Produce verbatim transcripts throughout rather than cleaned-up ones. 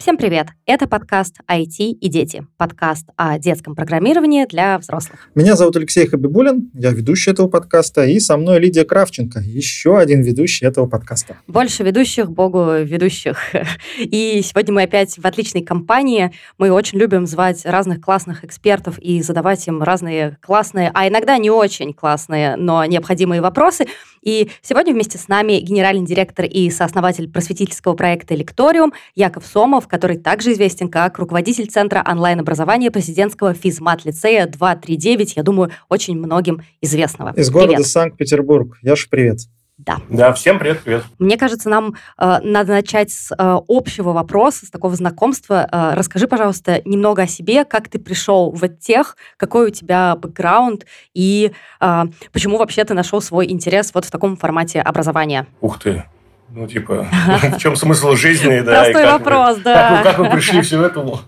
Всем привет! Это подкаст «ай ти и дети», подкаст о детском программировании для взрослых. Меня зовут Алексей Хабибулин, я ведущий этого подкаста, и со мной Лидия Кравченко, еще один ведущий этого подкаста. Больше ведущих, богу ведущих. И сегодня мы опять в отличной компании. Мы очень любим звать разных классных экспертов и задавать им разные классные, а иногда не очень классные, но необходимые вопросы. И сегодня вместе с нами генеральный директор и сооснователь просветительского проекта «Лекториум» Яков Сомов, который также известен как руководитель Центра онлайн-образования президентского физмат-лицея два три девять, я думаю, очень многим известного. Из города Привет. Санкт-Петербург. Яша, привет. Да. Да, всем привет, привет. Мне кажется, нам э, надо начать с э, общего вопроса, с такого знакомства. Э, расскажи, пожалуйста, немного о себе, как ты пришел в тех, какой у тебя бэкграунд и э, почему вообще ты нашел свой интерес вот в таком формате образования. Ух ты. Ну, типа, в чем смысл жизни? Да, Простой вопрос, да. Как вы пришли к всему этому?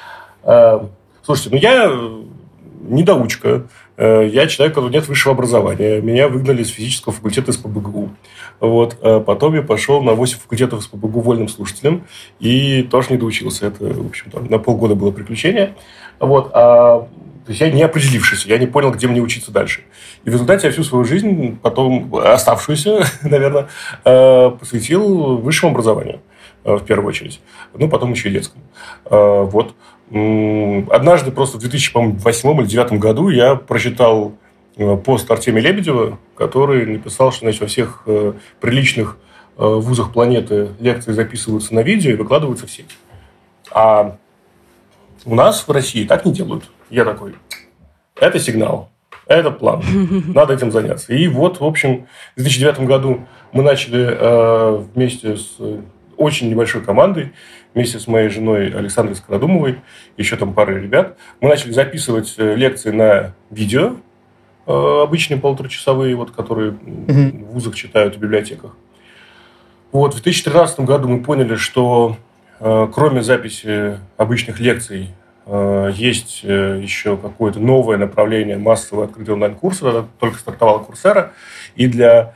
Слушайте, ну я недоучка. Я человек, у которого нет высшего образования. Меня выгнали из физического факультета эс пэ бэ гэ у. Вот. А потом я пошел на восемь факультетов эс пэ бэ гэ у вольным слушателем. И тоже не доучился. Это, в общем-то, на полгода было приключение. Вот. А, то есть я не определившийся. Я не понял, где мне учиться дальше. И в результате я всю свою жизнь, потом оставшуюся, наверное, посвятил высшему образованию. В первую очередь. Ну, потом еще и детскому. Вот. Однажды, просто в две тысячи восьмом или две тысячи девятом году я прочитал пост Артемия Лебедева, который написал, что, значит, во всех приличных вузах планеты лекции записываются на видео и выкладываются в сеть. А у нас в России так не делают. Я такой, это сигнал, это план, надо этим заняться. И вот, в общем, в две тысячи девятом году мы начали вместе с очень небольшой командой, вместе с моей женой Александрой Скородумовой, еще там парой ребят, мы начали записывать лекции на видео, обычные полуторачасовые, вот, которые mm-hmm. в вузах читают, в библиотеках. Вот, в две тысячи тринадцатом году мы поняли, что кроме записи обычных лекций есть еще какое-то новое направление массового открытия онлайн-курса, только стартовала Курсера, и для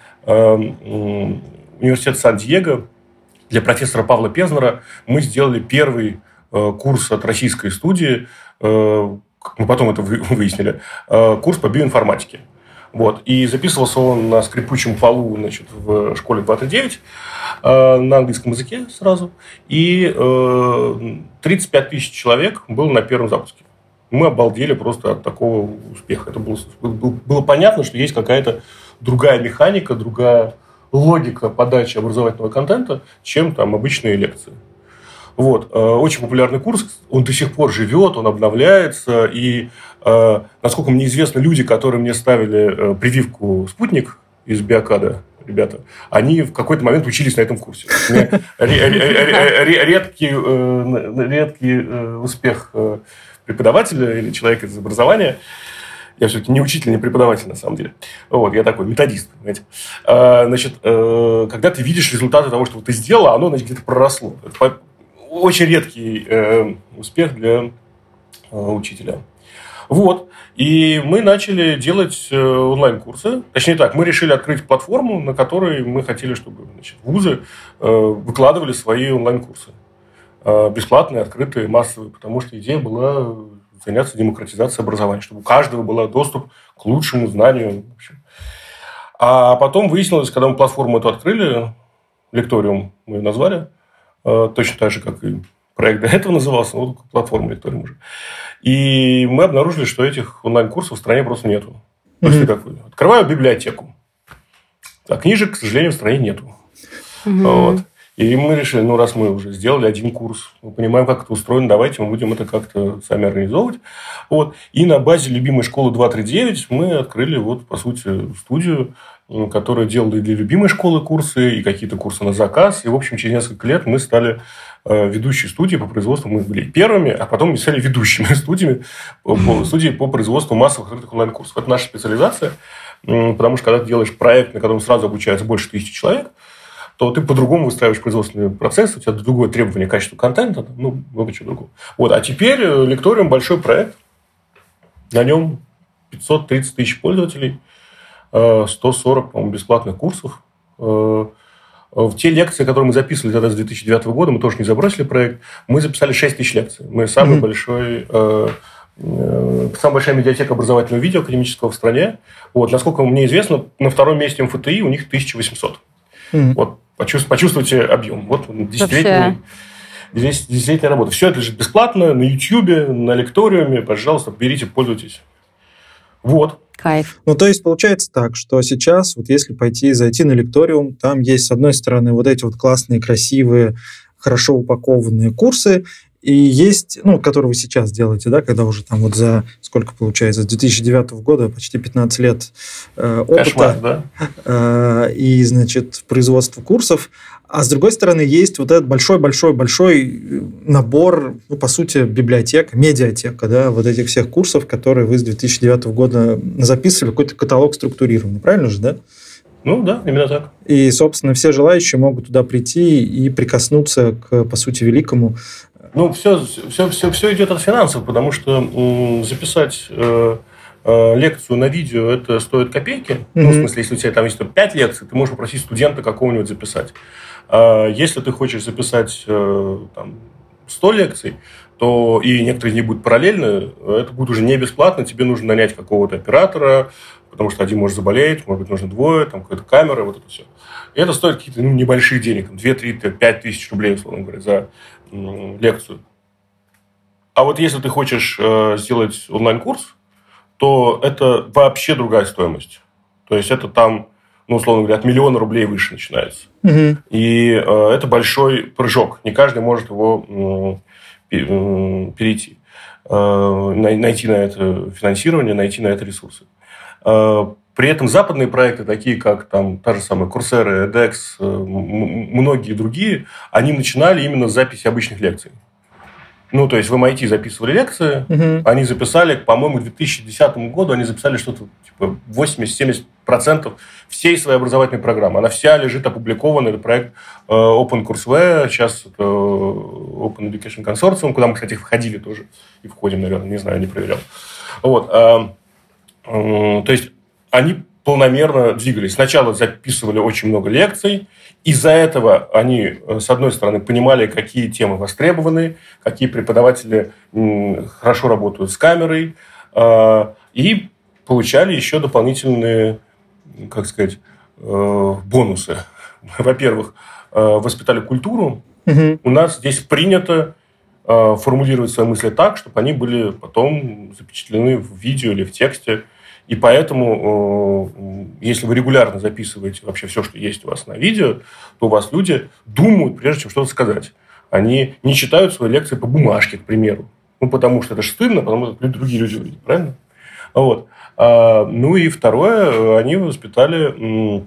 университета Сан-Диего, для профессора Павла Пезнера мы сделали первый э, курс от российской студии, э, мы потом это выяснили, э, курс по биоинформатике. Вот. И записывался он на скрипучем полу, значит, в школе два три девять э, на английском языке сразу. И э, тридцать пять тысяч человек было на первом запуске. Мы обалдели просто от такого успеха. Это было, было, было понятно, что есть какая-то другая механика, другая логика подачи образовательного контента, чем там обычные лекции. Вот. Очень популярный курс, он до сих пор живет, он обновляется. И, насколько мне известно, люди, которые мне ставили прививку «Спутник» из Биокада, ребята, они в какой-то момент учились на этом курсе. Редкий, редкий успех преподавателя или человека из образования. Я все-таки не учитель, не преподаватель, на самом деле. Вот, я такой методист, понимаете. А, значит, э, когда ты видишь результаты того, что ты сделал, оно, значит, где-то проросло. Это очень редкий э, успех для э, учителя. Вот. И мы начали делать э, онлайн-курсы. Точнее так, мы решили открыть платформу, на которой мы хотели, чтобы, значит, вузы э, выкладывали свои онлайн-курсы. Э, бесплатные, открытые, массовые. Потому что идея была заняться демократизацией образования, чтобы у каждого был доступ к лучшему знанию. В общем. А потом выяснилось, когда мы платформу эту открыли, Лекториум мы ее назвали, точно так же, как и проект до этого назывался, но платформа Лекториум уже. И мы обнаружили, что этих онлайн-курсов в стране просто нету. Mm-hmm. Какой? Открываю библиотеку. А книжек, к сожалению, в стране нету. Mm-hmm. Вот. И мы решили, ну, раз мы уже сделали один курс, мы понимаем, как это устроено, давайте мы будем это как-то сами организовывать. Вот. И на базе любимой школы два три девять мы открыли, вот, по сути, студию, которая делала и для любимой школы курсы, и какие-то курсы на заказ. И, в общем, через несколько лет мы стали ведущей студией по производству. Мы были первыми, а потом мы стали ведущими студиями, студии по производству массовых открытых онлайн-курсов. Это наша специализация, потому что, когда ты делаешь проект, на котором сразу обучается больше тысячи человек, то ты по-другому выстраиваешь производственный процесс, у тебя другое требование к качеству контента, ну, много чего другого. Вот. А теперь Лекториум большой проект, на нем пятьсот тридцать тысяч пользователей, сто сорок, по-моему, бесплатных курсов. В те лекции, которые мы записывали тогда с две тысячи девятого года, мы тоже не забросили проект, мы записали шесть тысяч лекций. Мы самый mm-hmm. большой... Э, э, самая большая медиатека образовательного видео академического в стране. Вот, насколько мне известно, на втором месте эм эф тэ и у них тысяча восемьсот. Mm-hmm. Вот, почувствуйте, почувствуйте объем. Вот десятилетний... Десятилетняя работа. Все это лежит бесплатно на Ютьюбе, на лекториуме. Пожалуйста, берите, пользуйтесь. Вот. Кайф. Ну, то есть, получается так, что сейчас, вот если пойти, зайти на лекториум, там есть, с одной стороны, вот эти вот классные, красивые, хорошо упакованные курсы, и есть, ну, которые вы сейчас делаете, да, когда уже там вот за, сколько получается, с две тысячи девятого года, почти пятнадцать лет э, опыта. Кошмар, да? Э, и, значит, производство курсов. А с другой стороны, есть вот этот большой-большой-большой набор, ну, по сути, библиотека, медиатека, да, вот этих всех курсов, которые вы с две тысячи девятого года записывали, какой-то каталог структурированный. Правильно же, да? Ну, да, именно так. И, собственно, все желающие могут туда прийти и прикоснуться к, по сути, великому. Ну, все, все, все, все идет от финансов, потому что м, записать э, э, лекцию на видео, это стоит копейки. Mm-hmm. Ну, в смысле, если у тебя там есть пять лекций, ты можешь попросить студента какого-нибудь записать. А если ты хочешь записать э, там, сто лекций, то и некоторые из них будут параллельно, это будет уже не бесплатно, тебе нужно нанять какого-то оператора, потому что один может заболеть, может быть, нужно двое, там какая-то камера, вот это все. И это стоит какие-то ну, небольшие денег, две-три пять тысяч рублей, условно говоря, за м, лекцию. А вот если ты хочешь э, сделать онлайн-курс, то это вообще другая стоимость. То есть, это там, ну, условно говоря, от миллиона рублей выше начинается. Угу. И э, это большой прыжок. Не каждый может его э, э, перейти. Э, найти на это финансирование, найти на это ресурсы. Э, при этом западные проекты, такие как там, та же самая Coursera, edX, э, м- многие другие, они начинали именно с записи обычных лекций. Ну, то есть, в эм ай ти записывали лекции, uh-huh. они записали, по-моему, к две тысячи десятому году они записали что-то типа восемьдесят-семьдесят процентов всей своей образовательной программы. Она вся лежит опубликована, это проект э, OpenCourseWare, сейчас это Open Education Consortium, куда мы, кстати, входили тоже, и входим, наверное, не знаю, не проверял. Вот, э, э, то есть, они полномерно двигались. Сначала записывали очень много лекций. Из-за этого они, с одной стороны, понимали, какие темы востребованы, какие преподаватели хорошо работают с камерой, и получали еще дополнительные, как сказать, бонусы. Во-первых, воспитали культуру. Угу. У нас здесь принято формулировать свои мысли так, чтобы они были потом запечатлены в видео или в тексте. И поэтому, если вы регулярно записываете вообще все, что есть у вас на видео, то у вас люди думают, прежде чем что-то сказать. Они не читают свои лекции по бумажке, к примеру. Ну, потому что это же стыдно, потому что другие люди увидят, правильно? Вот. Ну, и второе, они воспитали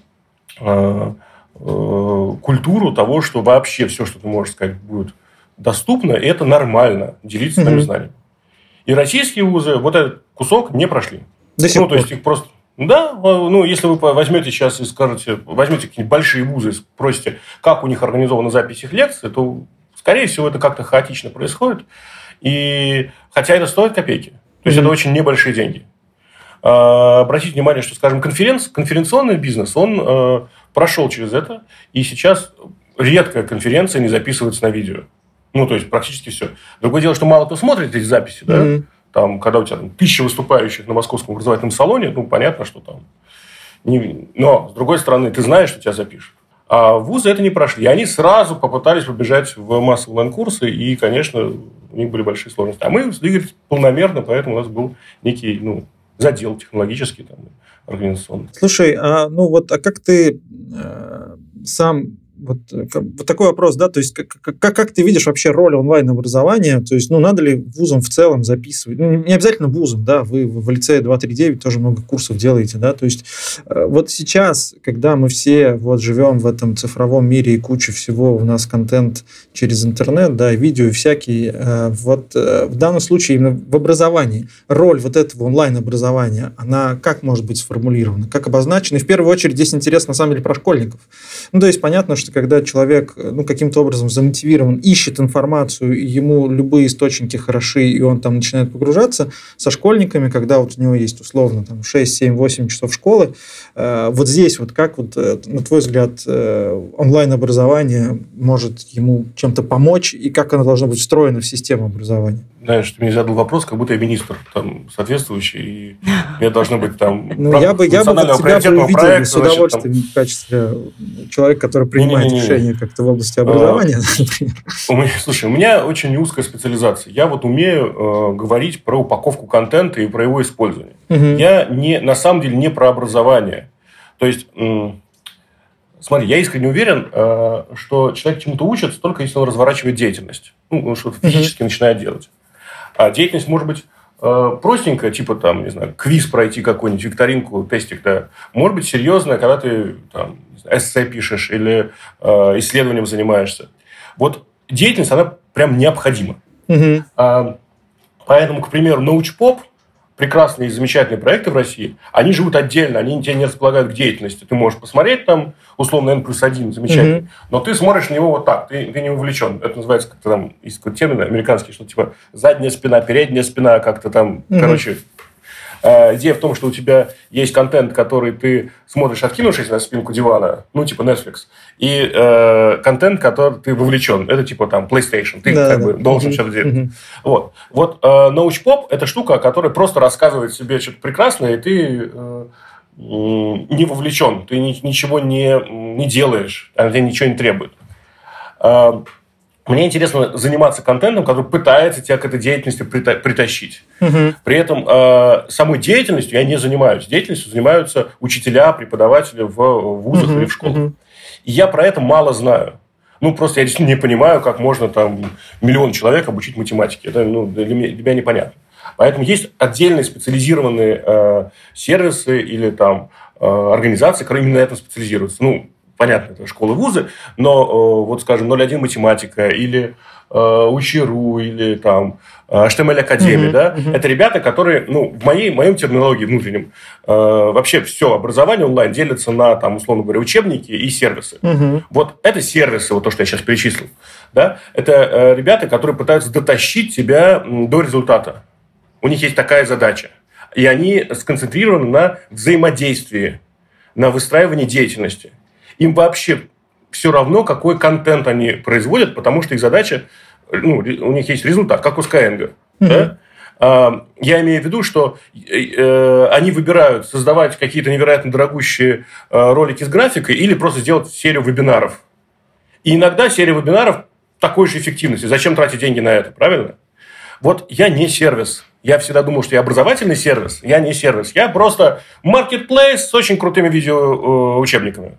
культуру того, что вообще все, что ты можешь сказать, будет доступно, и это нормально, делиться своими mm-hmm. знаниями. И российские вузы вот этот кусок не прошли. До сих ну, пор. То есть, их просто... Да, ну, если вы возьмете сейчас и скажете, возьмете какие-нибудь большие вузы и спросите, как у них организована запись их лекций, то, скорее всего, это как-то хаотично происходит. И... Хотя это стоит копейки. То есть, mm-hmm. это очень небольшие деньги. А, обратите внимание, что, скажем, конференц... конференционный бизнес, он э, прошел через это, и сейчас редкая конференция не записывается на видео. Ну, то есть, практически все. Другое дело, что мало кто смотрит эти записи, да? Mm-hmm. Там, когда у тебя там, тысяча выступающих на Московском образовательном салоне, ну, понятно, что там... Не... Но, с другой стороны, ты знаешь, что тебя запишут. А вузы это не прошли. И они сразу попытались побежать в массовые онлайн-курсы, и, конечно, у них были большие сложности. А мы двигались полномерно, поэтому у нас был некий ну, задел технологический, там, организационный. Слушай, а, ну вот, а как ты э, сам... Вот, вот такой вопрос, да, то есть как, как, как ты видишь вообще роль онлайн-образования, то есть, ну, надо ли вузам в целом записывать, ну, не обязательно вузам, да, вы в лицее два три девять тоже много курсов делаете, да, то есть вот сейчас, когда мы все вот живем в этом цифровом мире и куча всего, у нас контент через интернет, да, видео и всякие, вот в данном случае именно в образовании, роль вот этого онлайн-образования, она как может быть сформулирована, как обозначена, и в первую очередь здесь интересно на самом деле про школьников, ну, то есть понятно, что что когда человек ну, каким-то образом замотивирован, ищет информацию, и ему любые источники хороши, и он там начинает погружаться, со школьниками, когда вот у него есть условно там, шесть, семь, восемь часов школы, э, вот здесь вот как, вот, э, на твой взгляд, э, онлайн-образование может ему чем-то помочь, и как оно должно быть встроено в систему образования? Знаешь, ты мне задал вопрос, как будто я министр там, соответствующий, и мне должно быть там ну, я бы, я бы тебя бы увидел проекта, с удовольствием значит, там... в качестве человека, который принимает не, не, не, решения не. как-то в области образования, а, например. У меня, слушай, у меня очень узкая специализация. Я вот умею э, говорить про упаковку контента и про его использование. Угу. Я не, на самом деле не про образование. То есть... М- Смотри, я искренне уверен, что человек чему-то учится только если он разворачивает деятельность. Ну, что-то физически mm-hmm. начинает делать. А деятельность может быть простенькая, типа, там, не знаю, квиз пройти какой-нибудь, викторинку, тестик, да. Может быть серьезная, когда ты там, эссе пишешь или исследованием занимаешься. Вот деятельность, она прям необходима. Mm-hmm. Поэтому, к примеру, научпоп, прекрасные и замечательные проекты в России, они живут отдельно, они тебя не располагают к деятельности. Ты можешь посмотреть там, условно, N плюс один, замечательный, mm-hmm. но ты смотришь на него вот так, ты, ты не увлечен. Это называется как-то там, есть какой-то термин американский, что типа задняя спина, передняя спина, как-то там, mm-hmm. короче... Идея в том, что у тебя есть контент, который ты смотришь, откинувшись на спинку дивана, ну, типа Netflix, и э, контент, который ты вовлечен. Это типа там PlayStation. Ты да, как да. бы должен mm-hmm. что-то делать. Mm-hmm. Вот, вот э, научпоп – это штука, которая просто рассказывает себе что-то прекрасное, и ты э, не вовлечен, ты ни, ничего не, не делаешь, она тебе ничего не требует. Э, Мне интересно заниматься контентом, который пытается тебя к этой деятельности прита- притащить. Угу. При этом э, самой деятельностью я не занимаюсь. Деятельностью занимаются учителя, преподаватели в вузах угу. или в школах. Угу. И я про это мало знаю. Ну, просто я действительно не понимаю, как можно там миллион человек обучить математике. Это ну, для, меня, для меня непонятно. Поэтому есть отдельные специализированные э, сервисы или там, э, организации, которые именно на этом специализируются. Ну, понятно, это школы, вузы, но, вот, скажем, ноль один математика или э, Учи.ру, или там эйч ти эм эль-академия, mm-hmm. да, mm-hmm. это ребята, которые, ну, в моей, в моей терминологии внутреннем, э, вообще все образование онлайн делится на, там, условно говоря, учебники и сервисы. Mm-hmm. Вот это сервисы, вот то, что я сейчас перечислил, да, это э, ребята, которые пытаются дотащить тебя до результата. У них есть такая задача. И они сконцентрированы на взаимодействии, на выстраивании деятельности. Им вообще все равно, какой контент они производят, потому что их задача, ну, у них есть результат, как у Skyeng. Mm-hmm. Да? А, я имею в виду, что э, они выбирают создавать какие-то невероятно дорогущие э, ролики с графикой или просто сделать серию вебинаров. И иногда серия вебинаров такой же эффективности. Зачем тратить деньги на это, правильно? Вот я не сервис. Я всегда думал, что я образовательный сервис. Я не сервис. Я просто маркетплейс с очень крутыми видеоучебниками.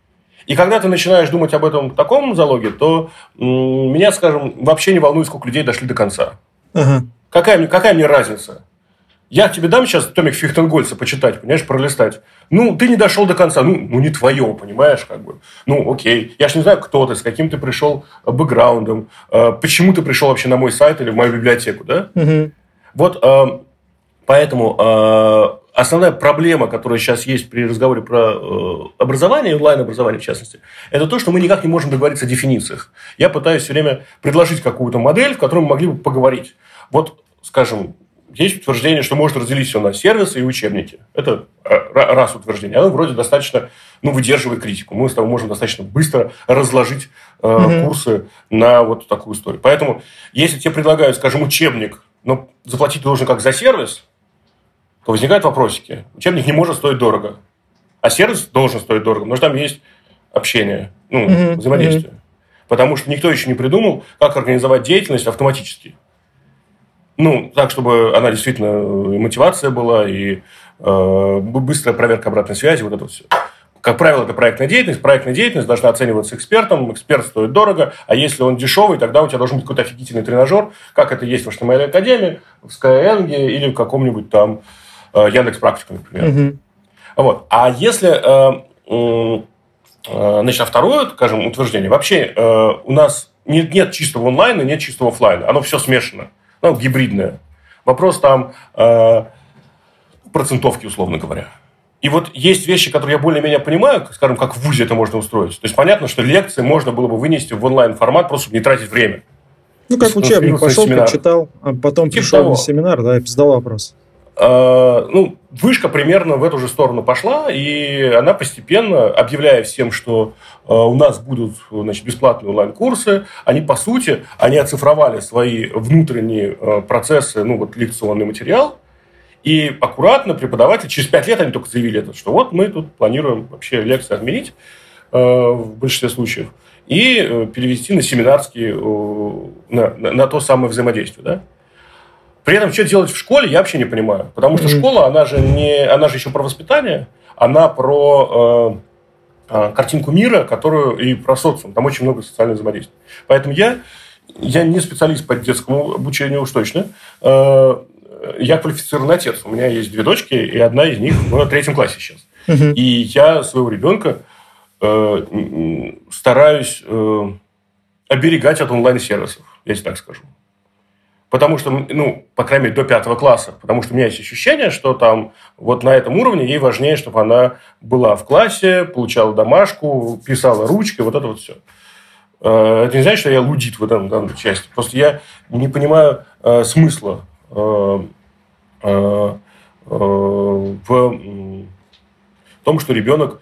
И когда ты начинаешь думать об этом в таком залоге, то м- меня, скажем, вообще не волнует, сколько людей дошли до конца. Ага. Какая, какая мне разница? Я тебе дам сейчас томик Фихтенгольца почитать, понимаешь, пролистать. Ну, ты не дошел до конца. Ну, ну не твое, понимаешь, как бы. Ну, окей. Я ж не знаю, кто ты, с каким ты пришел бэкграундом, э, почему ты пришел вообще на мой сайт или в мою библиотеку, да? Угу. Вот, э, поэтому... Э, Основная проблема, которая сейчас есть при разговоре про э, образование, онлайн-образование в частности, это то, что мы никак не можем договориться о дефинициях. Я пытаюсь все время предложить какую-то модель, в которой мы могли бы поговорить. Вот, скажем, есть утверждение, что можно разделить все на сервисы и учебники. Это раз утверждение. Оно вроде достаточно, ну, выдерживает критику. Мы с тобой можем достаточно быстро разложить э, mm-hmm. курсы на вот такую историю. Поэтому, если тебе предлагают, скажем, учебник, но заплатить ты должен как за сервис, то возникают вопросики. Учебник не может стоить дорого. А сервис должен стоить дорого, потому что там есть общение, ну, mm-hmm. взаимодействие. Mm-hmm. Потому что никто еще не придумал, как организовать деятельность автоматически. Ну, так, чтобы она действительно и мотивация была, и э, быстрая проверка обратной связи, вот это вот все. Как правило, это проектная деятельность. Проектная деятельность должна оцениваться экспертом. Эксперт стоит дорого. А если он дешевый, тогда у тебя должен быть какой-то офигительный тренажер, как это есть в эйч ти эм эль-академии, в Skyeng или в каком-нибудь там Яндекс.Практика, например. Mm-hmm. Вот. А если... Э, э, значит, а второе, скажем, утверждение. Вообще э, у нас нет, нет чистого онлайна, нет чистого офлайна. Оно все смешано. Оно гибридное. Вопрос там э, процентовки, условно говоря. И вот есть вещи, которые я более-менее понимаю, скажем, как в вузе это можно устроить. То есть понятно, что лекции можно было бы вынести в онлайн-формат, просто чтобы не тратить время. Ну, как учебник, пошел, почитал, а потом типа пришел того. на семинар, да, и задал вопрос. А, ну, вышка примерно в эту же сторону пошла, и она постепенно, объявляя всем, что а, у нас будут, значит, бесплатные онлайн-курсы, они, по сути, они оцифровали свои внутренние а, процессы, ну, вот лекционный материал, и аккуратно преподаватель, через пять лет они только заявили это, что вот мы тут планируем вообще лекции отменить э, в большинстве случаев и э, перевести на семинарские, э, на, на, на то самое взаимодействие. Да? При этом, что делать в школе, я вообще не понимаю. Потому что mm-hmm. школа, она же, не, она же еще про воспитание, она про э, э, картинку мира, которую и про социум. Там очень много социальных взаимодействий. Поэтому я, я не специалист по детскому обучению уж точно. Э, Я квалифицированный отец. У меня есть две дочки, и одна из них в третьем классе сейчас. Uh-huh. И я своего ребенка э, стараюсь э, оберегать от онлайн-сервисов, если так скажу. Потому что, ну, по крайней мере, до пятого класса. Потому что у меня есть ощущение, что там вот на этом уровне ей важнее, чтобы она была в классе, получала домашку, писала ручкой, вот это вот все. Э, это не значит, что я лудит в этом, данной части. Просто я не понимаю э, смысла в том, что ребенок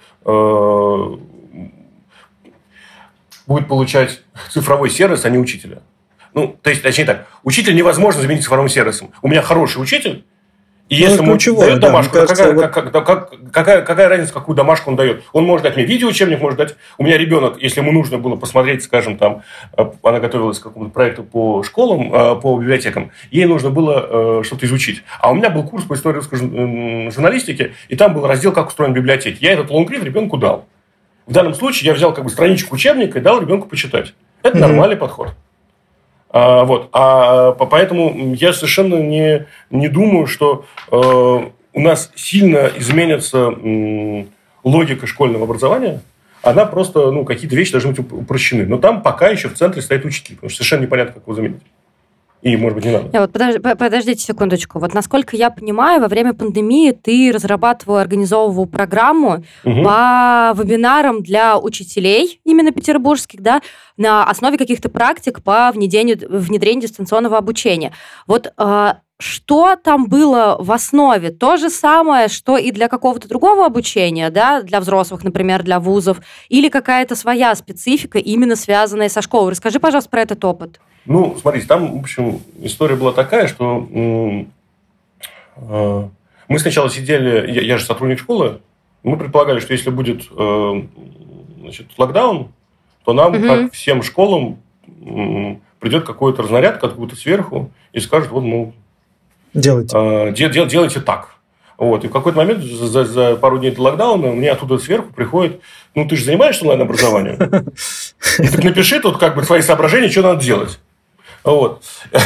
будет получать цифровой сервис, а не учителя. Ну, то есть, точнее так, учителя невозможно заменить цифровым сервисом. У меня хороший учитель, и ну, если ему дают да, домашку, кажется, какая, вот... как, как, какая, какая разница, какую домашку он дает? Он может дать мне видеоучебник, может дать... У меня ребенок, если ему нужно было посмотреть, скажем, там, она готовилась к какому-то проекту по школам, по библиотекам, ей нужно было что-то изучить. А у меня был курс по истории русской журналистики, и там был раздел «Как устроена библиотека». Я этот лонгрид ребенку дал. В данном случае я взял как бы страничку учебника и дал ребенку почитать. Это mm-hmm. нормальный подход. А, вот. а поэтому я совершенно не, не думаю, что э, у нас сильно изменится м, логика школьного образования. Она просто, ну, какие-то вещи должны быть упрощены. Но там пока еще в центре стоит учитель, потому что совершенно непонятно, как его заменить. И, может быть, не надо. Вот, подож... Подождите секундочку. Вот, насколько я понимаю, во время пандемии ты разрабатывал, организовывал программу угу. по вебинарам для учителей, именно петербургских, да, на основе каких-то практик по внедрению, внедрению дистанционного обучения. Вот э, что там было в основе? То же самое, что и для какого-то другого обучения, да, для взрослых, например, для вузов, или какая-то своя специфика, именно связанная со школой? Расскажи, пожалуйста, про этот опыт. Ну, смотрите, там, в общем, история была такая, что э, э, мы сначала сидели, я, я же сотрудник школы, мы предполагали, что если будет э, значит, локдаун, то нам, угу. как всем школам, э, придет какой-то разнарядка откуда-то сверху и скажет, вот, ну, делайте, э, дел, дел, делайте так. Вот. И в какой-то момент, за, за пару дней до локдауна, мне оттуда сверху приходит, ну, ты же занимаешься онлайн-образованием? Так напиши тут как бы твои соображения, что надо делать. Вот.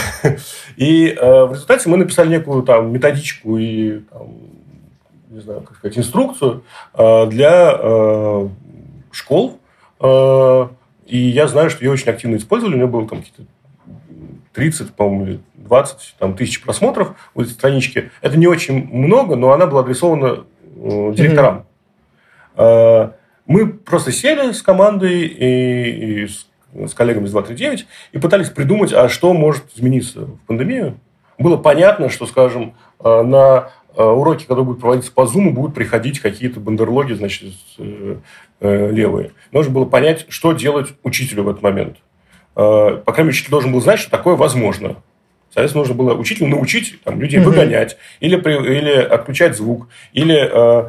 И э, в результате мы написали некую там методичку и там, не знаю, как сказать, инструкцию э, для э, школ. Э, и я знаю, что ее очень активно использовали. У меня было там какие-то тридцать, по-моему, или двадцать там, тысяч просмотров у этой странички. Это не очень много, но она была адресована э, директорам. Mm-hmm. Э, мы просто сели с командой и, и с с коллегами из два три девять и пытались придумать, а что может измениться в пандемию. Было понятно, что, скажем, на уроки, которые будут проводиться по Zoom, будут приходить какие-то бандерлоги, значит, левые. Нужно было понять, что делать учителю в этот момент. По крайней мере, учитель должен был знать, что такое возможно. Соответственно, нужно было учителю научить там, людей угу. выгонять, или, или отключать звук, или...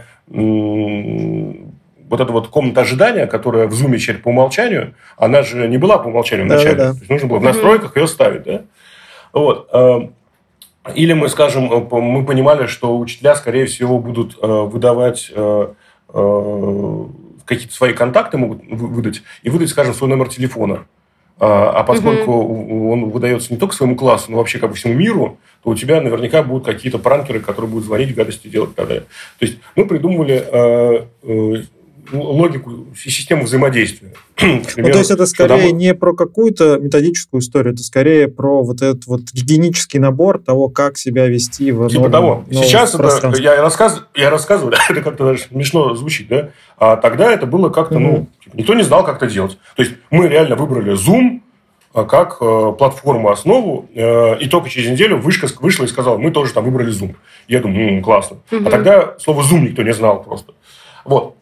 Вот эта вот комната ожидания, которая в Zoom теперь по умолчанию, она же не была по умолчанию вначале. Да, да. То есть нужно было в настройках mm-hmm. ее ставить. Да? Вот. Или мы, скажем, мы понимали, что учителя, скорее всего, будут выдавать какие-то свои контакты, могут выдать, и выдать, скажем, свой номер телефона. А поскольку mm-hmm. он выдается не только своему классу, но вообще как бы всему миру, то у тебя наверняка будут какие-то пранкеры, которые будут звонить, гадости делать и так далее. То есть мы придумывали логику и систему взаимодействия. Ну, то есть это скорее не про какую-то методическую историю, это скорее про вот этот вот гигиенический набор того, как себя вести в типа новом, того. новом Сейчас это, я, рассказ, я рассказываю, это как-то даже смешно звучит, да? А тогда это было как-то, mm-hmm. ну, никто не знал, как это делать. То есть мы реально выбрали Zoom как э, платформу, основу, э, и только через неделю Вышка вышла и сказала, мы тоже там выбрали Zoom. Я думаю, м-м, классно. Mm-hmm. А тогда слово Zoom никто не знал просто. Вот.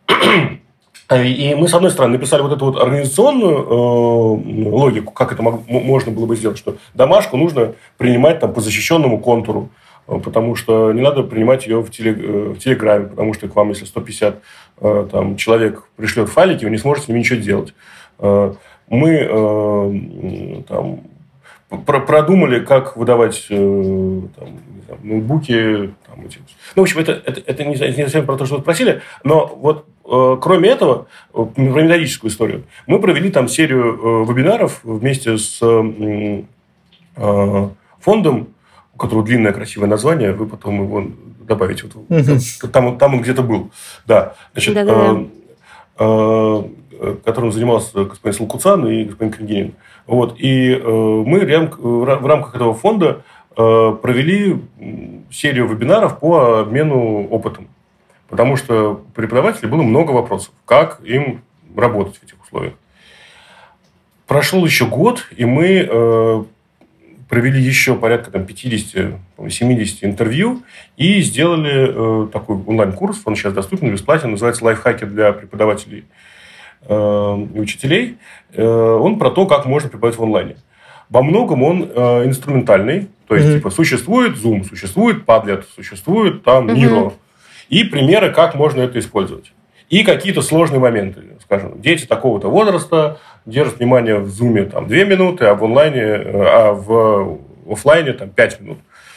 И мы, с одной стороны, написали вот эту вот организационную э, логику, как это мог, можно было бы сделать, что домашку нужно принимать там, по защищенному контуру, потому что не надо принимать ее в, телег... в Телеграме, потому что к вам, если сто пятьдесят э, там, человек пришлет файлики, вы не сможете с ними ничего делать. Э, мы э, там, про- продумали, как выдавать э, там, там, ноутбуки. Там, эти... Ну, в общем, это, это, это не, не совсем про то, что вы спросили, но вот э, кроме этого, э, про методическую историю, мы провели там серию э, вебинаров вместе с э, э, фондом, у которого длинное красивое название, вы потом его добавите. Вот, uh-huh. там, там он где-то был. Да. Значит, э, э, которым занимался господин Салкуцан и господин Кренгинин. Вот. И э, мы в рамках этого фонда э, провели серию вебинаров по обмену опытом. Потому что у преподавателей было много вопросов, как им работать в этих условиях. Прошел еще год, и мы э, провели еще порядка там, пятьдесят-семьдесят интервью и сделали э, такой онлайн-курс, он сейчас доступен, бесплатен, называется «Лайфхаки для преподавателей и учителей». Он про то, как можно преподавать в онлайне. Во многом он э, инструментальный. То есть, mm-hmm. типа, существует Zoom, существует Padlet, существует там Miro. Mm-hmm. И примеры, как можно это использовать. И какие-то сложные моменты. Скажем, дети такого-то возраста держат внимание в Zoom там, две минуты, а в онлайне, а в офлайне там, пять минут.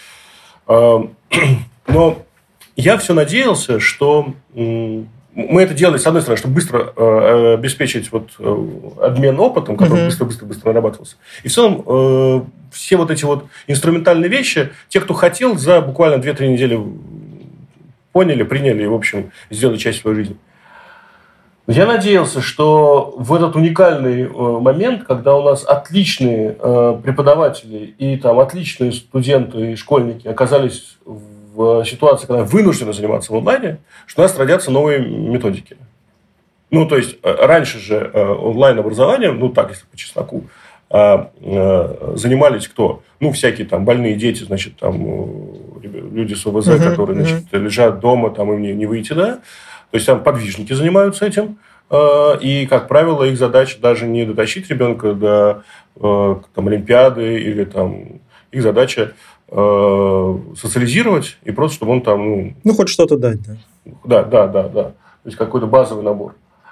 Но я все надеялся, что... Мы это делали, с одной стороны, чтобы быстро э, обеспечить вот, э, обмен опытом, который mm-hmm. быстро-быстро-быстро нарабатывался. И в целом э, все вот эти вот инструментальные вещи, те, кто хотел, за буквально две-три недели поняли, приняли и, в общем, сделали часть своей жизни. Я надеялся, что в этот уникальный э, момент, когда у нас отличные э, преподаватели и там, отличные студенты и школьники оказались в в ситуации, когда вынуждены заниматься в онлайне, что у нас родятся новые методики. Ну, то есть, раньше же онлайн-образованием, ну, так, если по чесноку, занимались кто? Ну, всякие там больные дети, значит, там люди с ОВЗ, uh-huh, которые, значит, uh-huh. лежат дома, там им не, не выйти, да? То есть, там подвижники занимаются этим. И, как правило, их задача даже не дотащить ребенка до там, Олимпиады или там их задача социализировать, и просто, чтобы он там... Ну, ну хоть что-то дать, да. Да, да, да, да. То есть, какой-то базовый набор.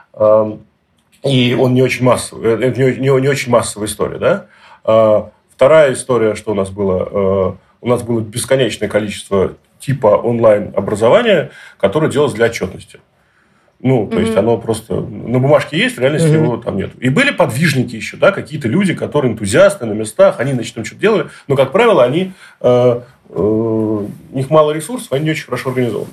И он не очень массовый. Это не, не, не очень массовая история, да. Вторая история, что у нас было... У нас было бесконечное количество типа онлайн-образования, которое делалось для отчетности. Ну, то mm-hmm. есть, оно просто на бумажке есть, в реальности mm-hmm. его там нет. И были подвижники еще, да, какие-то люди, которые энтузиасты на местах, они, значит, там что-то делали, но, как правило, они, э, э, у них мало ресурсов, они не очень хорошо организованы.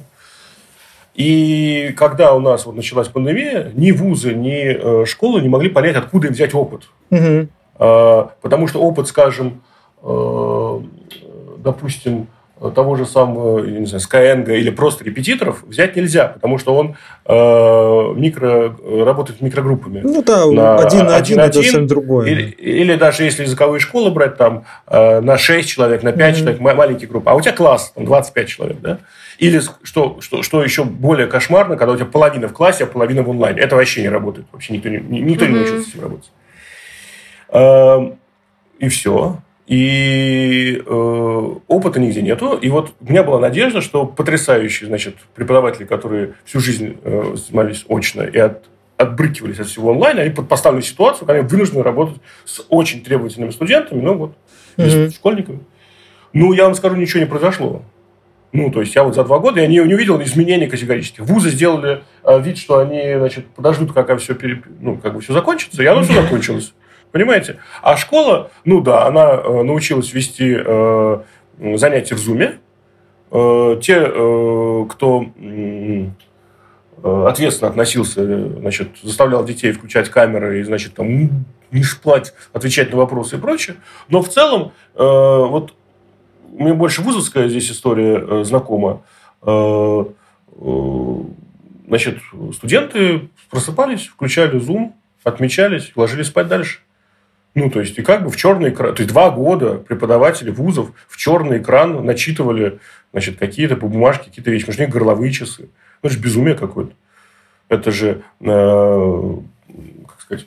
И когда у нас вот началась пандемия, ни вузы, ни э, школы не могли понять, откуда им взять опыт. Mm-hmm. Э, потому что опыт, скажем, э, допустим, того же самого, я не знаю, Skyeng или просто репетиторов взять нельзя, потому что он э, микро, работает с микрогруппами. Ну да, на один на один это совсем другое. Или, или даже если языковые школы брать, там э, на шесть человек, на пять mm-hmm. человек, маленькие группы. А у тебя класс, там двадцать пять человек, да? Или что, что, что еще более кошмарно, когда у тебя половина в классе, а половина в онлайне. Это вообще не работает. Вообще никто не, никто mm-hmm. не научился с этим работать. Э, и все. И э, опыта нигде нету. И вот у меня была надежда, что потрясающие, значит, преподаватели, которые всю жизнь э, занимались очно и от, отбрыкивались от всего онлайна, они поставили ситуацию, когда они вынуждены работать с очень требовательными студентами, ну вот, mm-hmm. с школьниками. Ну, я вам скажу, ничего не произошло. Ну, то есть, я вот за два года я не, не увидел изменений категорических. Вузы сделали э, вид, что они, значит, подождут, пока все, переп... ну, как бы все закончится, и оно все закончилось. Понимаете? А школа, ну да, она э, научилась вести э, занятия в Zoom. Э, те, э, кто э, ответственно относился, значит, заставлял детей включать камеры и, значит, там, не спать, отвечать на вопросы и прочее. Но в целом, э, вот мне больше вузовская здесь история э, знакома. Э, э, значит, студенты просыпались, включали Zoom, отмечались, ложились спать дальше. Ну, то есть, и как бы в черный экран... То есть, два года преподаватели вузов в черный экран начитывали, значит, какие-то по бумажке, какие-то вещи. Между них горловые часы. Ну, это же безумие какое-то. Это же, э, как сказать,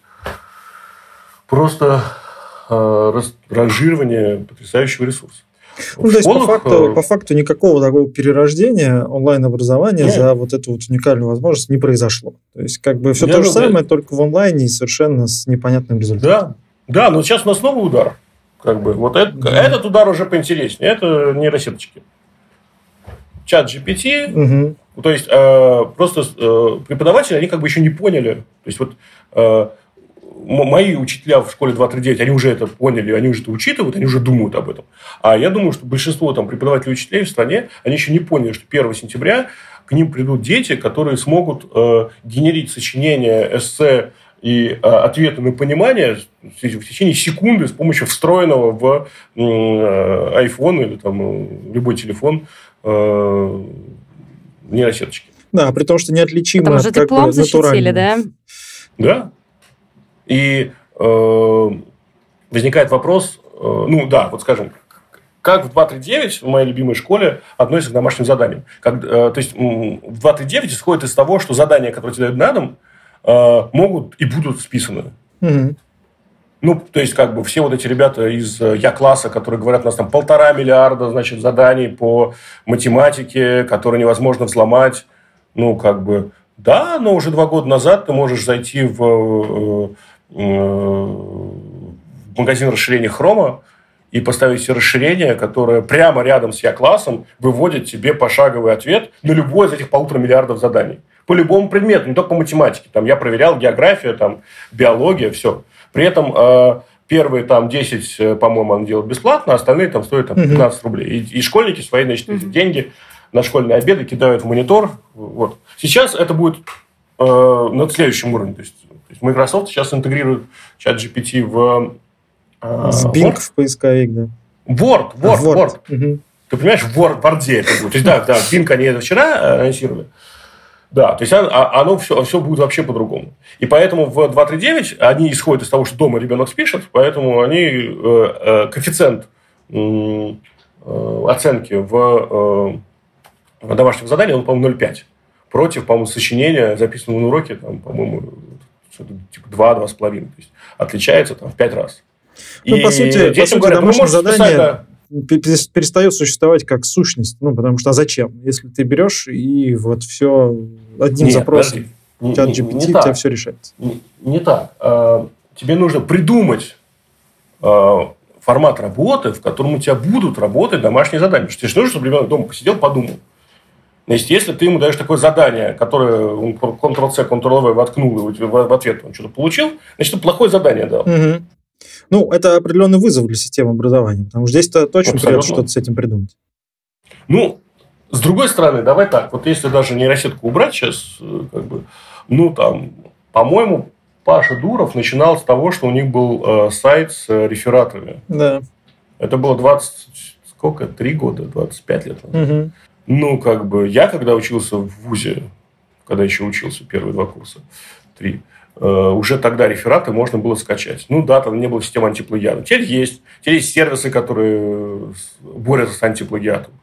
просто э, ранжирование потрясающего ресурса. Ну, то есть, школах, по, факту, э... по факту никакого такого перерождения онлайн-образования Нет. за вот эту вот уникальную возможность не произошло. То есть, как бы все Я то же самое, это... только в онлайне и совершенно с непонятным результатом. Да, да, но сейчас у нас новый удар. Как бы, вот это, да. Этот удар уже поинтереснее. Это нейросеточки. Чат джи пи ти. Угу. То есть, э, просто э, преподаватели, они как бы еще не поняли. То есть, вот э, мои учителя в школе два три девять, они уже это поняли, они уже это учитывают, они уже думают об этом. А я думаю, что большинство там, преподавателей и учителей в стране, они еще не поняли, что первого сентября к ним придут дети, которые смогут э, генерить сочинения, эссе и э, ответы на понимание в течение секунды с помощью встроенного в э, iPhone или там, э, любой телефон э, нейросеточки. Да, при том, что неотличимо Потому что от как диплом бы, защитили, да? Да. И э, возникает вопрос, э, ну да, вот скажем, как в два три девять в моей любимой школе относятся к домашним заданиям. Как, э, то есть в два три девять исходит из того, что задания, которые тебе дают на дом, э, могут и будут списаны. Угу. Ну, то есть, как бы все вот эти ребята из Я-класса, которые говорят, у нас там полтора миллиарда, значит, заданий по математике, которые невозможно взломать. Ну, как бы, да, но уже два года назад ты можешь зайти в, в магазин расширения Хрома и поставить все расширения, которое прямо рядом с Я-классом выводит тебе пошаговый ответ на любой из этих полутора миллиардов заданий. По любому предмету, не только по математике. Там я проверял географию, там, биология, все. При этом э, первые там, десять, по-моему, он делает бесплатно, а остальные там, стоят там, пятнадцать uh-huh. рублей. И, и школьники свои, значит, uh-huh. деньги на школьные обеды кидают в монитор. Вот. Сейчас это будет э, на следующем уровне. То есть, то есть Microsoft сейчас интегрирует чат джи пи ти в... Э, С Bing в поисковик, да. Word, Word, Word. Word. Uh-huh. Ты понимаешь, в Word, Word это будет. То есть, да, да, Bing они это вчера анонсировали. Да, то есть оно все, все будет вообще по-другому. И поэтому в два три девять они исходят из того, что дома ребенок спишет, поэтому они э, э, коэффициент э, оценки в э, домашнем задании, он, по-моему, ноль целых пять десятых. Против, по-моему, сочинения, записанного на уроке, там, по-моему, типа два-два с половиной. То есть отличается там, в пять раз. Ну, и по сути, по сути говорят, домашнее задание перестает существовать как сущность. Ну, потому что а зачем? Если ты берешь и вот все одним Нет, запросом чат джи пи ти, у тебя все решается. Не, не так. А, тебе нужно придумать а, формат работы, в котором у тебя будут работать домашние задания. Потому что тебе же нужно, чтобы ребенок дома посидел, подумал. Значит, если ты ему даешь такое задание, которое он контрол-C, контрол-V воткнул, и в ответ он что-то получил, значит, это плохое задание дал. Угу. Ну, это определенный вызов для системы образования, потому что здесь-то точно придется что-то с этим придумать. Ну, с другой стороны, давай так, вот если даже нейросетку убрать сейчас, как бы, ну, там, по-моему, Паша Дуров начинал с того, что у них был э, сайт с э, рефератами. Да. Это было двадцать, сколько, три года, двадцать пять лет назад. Угу. Ну, как бы, я когда учился в вузе, когда еще учился первые два курса, три, уже тогда рефераты можно было скачать. Ну да, там не было системы антиплагиата. Теперь есть. Теперь есть сервисы, которые борются с антиплагиатом.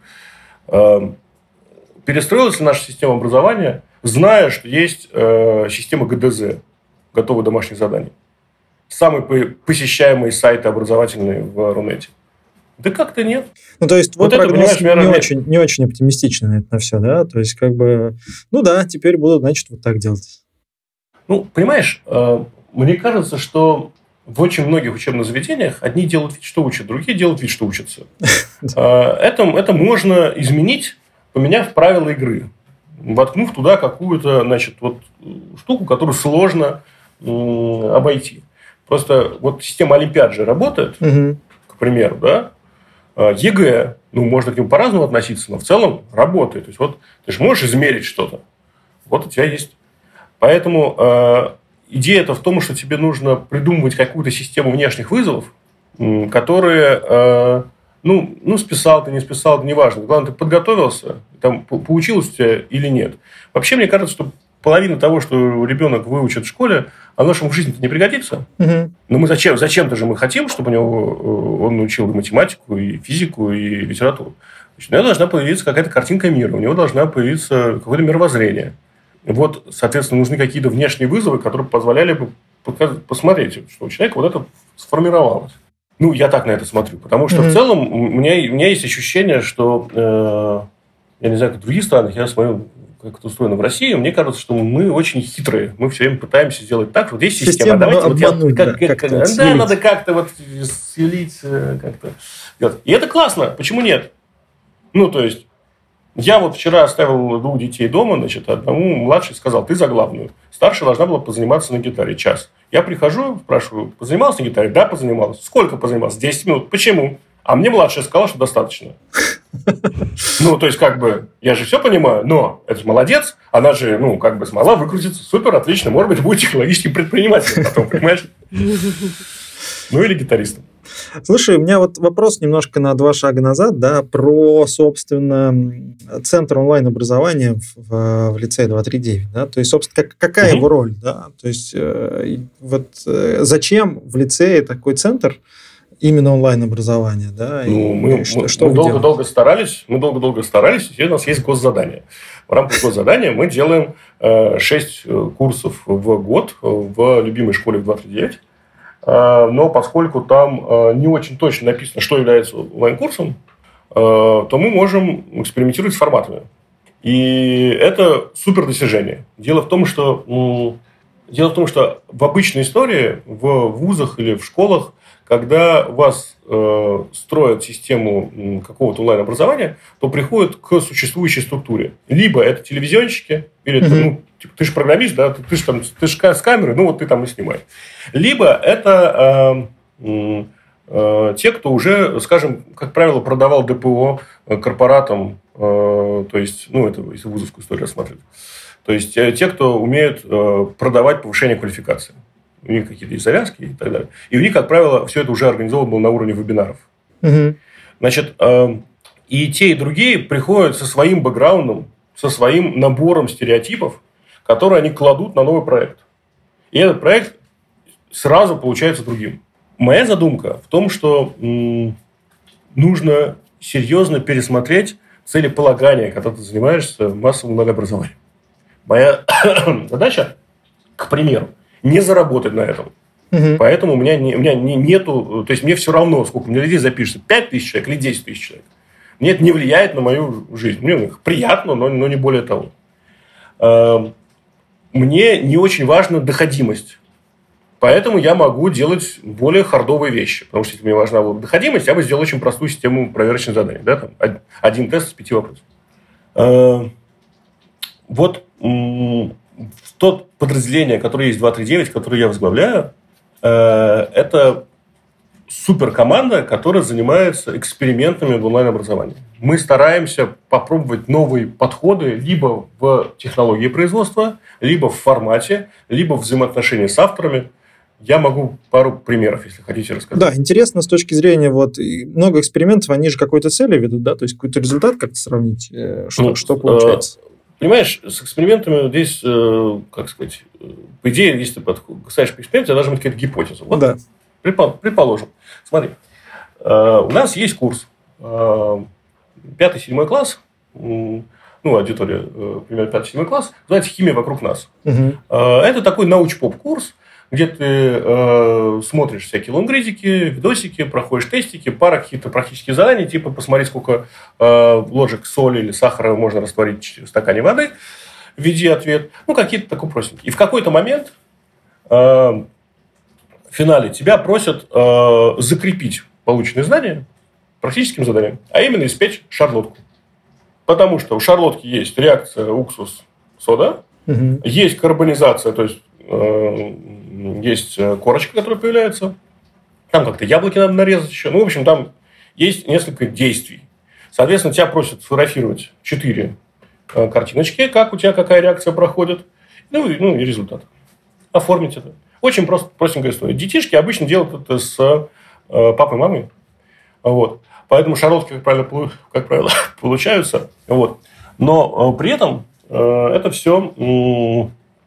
Перестроилась ли наша система образования, зная, что есть система гэ дэ зэ, готовых домашних заданий. Самые посещаемые сайты образовательные в Рунете. Да как-то нет. Ну, то есть, вот прогноз не, очень, не очень оптимистичный на это на все, да? То есть, как бы, ну да, теперь будут, значит, вот так делать. Ну, понимаешь, мне кажется, что в очень многих учебных заведениях одни делают вид, что учат, другие делают вид, что учатся. Это, это можно изменить, поменяв правила игры. Воткнув туда какую-то, значит, вот штуку, которую сложно обойти. Просто вот система Олимпиад же работает, угу. к примеру, да? ЕГЭ, ну, можно к нему по-разному относиться, но в целом работает. То есть, вот ты же можешь измерить что-то. Вот у тебя есть Поэтому э, идея-то в том, что тебе нужно придумывать какую-то систему внешних вызовов, которые, э, ну, ну, списал ты, не списал, неважно. Главное, ты подготовился, там, получилось у тебя или нет. Вообще, мне кажется, что половина того, что ребенок выучит в школе, оно же ему в жизни не пригодится. Угу. Но мы зачем? Зачем-то же мы хотим, чтобы у него, он научил и математику, и физику, и литературу. Значит, у него должна появиться какая-то картинка мира, у него должна появиться какое-то мировоззрение. Вот, соответственно, нужны какие-то внешние вызовы, которые позволяли бы посмотреть, что у человека вот это сформировалось. Ну, я так на это смотрю. Потому что mm-hmm. в целом у меня, у меня есть ощущение, что э, я не знаю, как в других странах, я смотрю, как это устроено в России, мне кажется, что мы очень хитрые. Мы все время пытаемся сделать так, что вот есть система. система давайте вот обмануть, я, как, да, как, как, да, надо как-то вот селить, как-то делать. И это классно. Почему нет? Ну, то есть, я вот вчера оставил двух детей дома, значит, одному младший сказал, ты за главную. Старшая должна была позаниматься на гитаре час. Я прихожу, спрашиваю, позанимался на гитаре? Да, позанимался. Сколько позанимался? десять минут. Почему? А мне младшая сказала, что достаточно. Ну, то есть, как бы, я же все понимаю, но это же молодец, она же, ну, как бы смогла выкрутиться, супер, отлично, может быть, будет технологическим предпринимателем потом, понимаешь? Ну, или гитаристом. Слушай, у меня вот вопрос немножко на два шага назад, да, про, собственно, центр онлайн-образования в, в лицее два три девять, да, то есть, собственно, как, какая mm-hmm. его роль, да, то есть, э, вот э, зачем в лицее такой центр именно онлайн-образования, да, ну, и, мы, что, мы, что мы долго-долго старались, мы долго-долго старались, и у нас есть госзадание. В рамках госзадания мы делаем э, шесть курсов в год в любимой школе в два три девять. Но поскольку там не очень точно написано, что является онлайн-курсом, то мы можем экспериментировать с форматами. И это супер достижение. Дело в том, что, дело в том, что в обычной истории, в вузах или в школах, когда у вас э, строят систему какого-то онлайн-образования, то приходят к существующей структуре. Либо это телевизионщики, или mm-hmm. ну, типа, ты же программист, да, ты, ты же там ты же с камерой, ну вот ты там и снимай. Либо это э, э, те, кто уже, скажем, как правило, продавал ДПО корпоратам, э, то есть, ну, это если вузовскую историю рассматривать. То есть, э, те, кто умеют э, продавать повышение квалификации. У них какие-то есть завязки и так далее. И у них, как правило, все это уже организовано было на уровне вебинаров. Угу. Значит, э, и те, и другие приходят со своим бэкграундом, со своим набором стереотипов, которые они кладут на новый проект. И этот проект сразу получается другим. Моя задумка в том, что м, нужно серьезно пересмотреть целеполагание, когда ты занимаешься массовым онлайн-образованием. Моя задача, к примеру, не заработать на этом. Угу. Поэтому у меня, не, у меня не, нету... То есть, мне все равно, сколько у меня людей запишется, пять тысяч человек или десять тысяч человек. Мне это не влияет на мою жизнь. Мне приятно, но, но не более того. Мне не очень важна доходимость. Поэтому я могу делать более хардовые вещи. Потому что, если мне важна была доходимость, я бы сделал очень простую систему проверочных заданий. Да? Там один тест с пяти вопросов. Вот... То подразделение, которое есть два три девять, которое я возглавляю, это суперкоманда, которая занимается экспериментами в онлайн-образовании. Мы стараемся попробовать новые подходы либо в технологии производства, либо в формате, либо в взаимоотношении с авторами. Я могу пару примеров, если хотите, рассказать. Да, интересно с точки зрения, вот, много экспериментов, они же какой-то цели ведут, да, то есть какой-то результат как-то сравнить, что, ну, что получается. Понимаешь, с экспериментами здесь, э, как сказать, по идее, если ты ставишь эксперимент, это должна быть какая-то гипотеза. Вот, да. Предположим. Смотри, э, у нас есть курс пятый-седьмой класс, э, ну, аудитория, э, примерно пятый-седьмой класс, называется «Химия вокруг нас». Угу. Э, это такой науч-поп-курс, где ты э, смотришь всякие лонгридики, видосики, проходишь тестики, пара каких-то практических заданий, типа посмотреть, сколько э, ложек соли или сахара можно растворить в стакане воды, введи ответ. Ну, какие-то такой простенькие. И в какой-то момент э, в финале тебя просят э, закрепить полученные знания практическим заданием, а именно испечь шарлотку. Потому что у шарлотки есть реакция уксус-сода, угу. есть карбонизация, то есть э, есть корочка, которая появляется. Там как-то яблоки надо нарезать еще. Ну, в общем, там есть несколько действий. Соответственно, тебя просят сфотографировать четыре картиночки, как у тебя какая реакция проходит. Ну, и, ну, и результат. Оформить это. Очень просто, простенькая история. Детишки обычно делают это с э, папой и мамой. Вот. Поэтому шарлотки, как правило, как правило получаются. Вот. Но э, при этом э, это все... Э,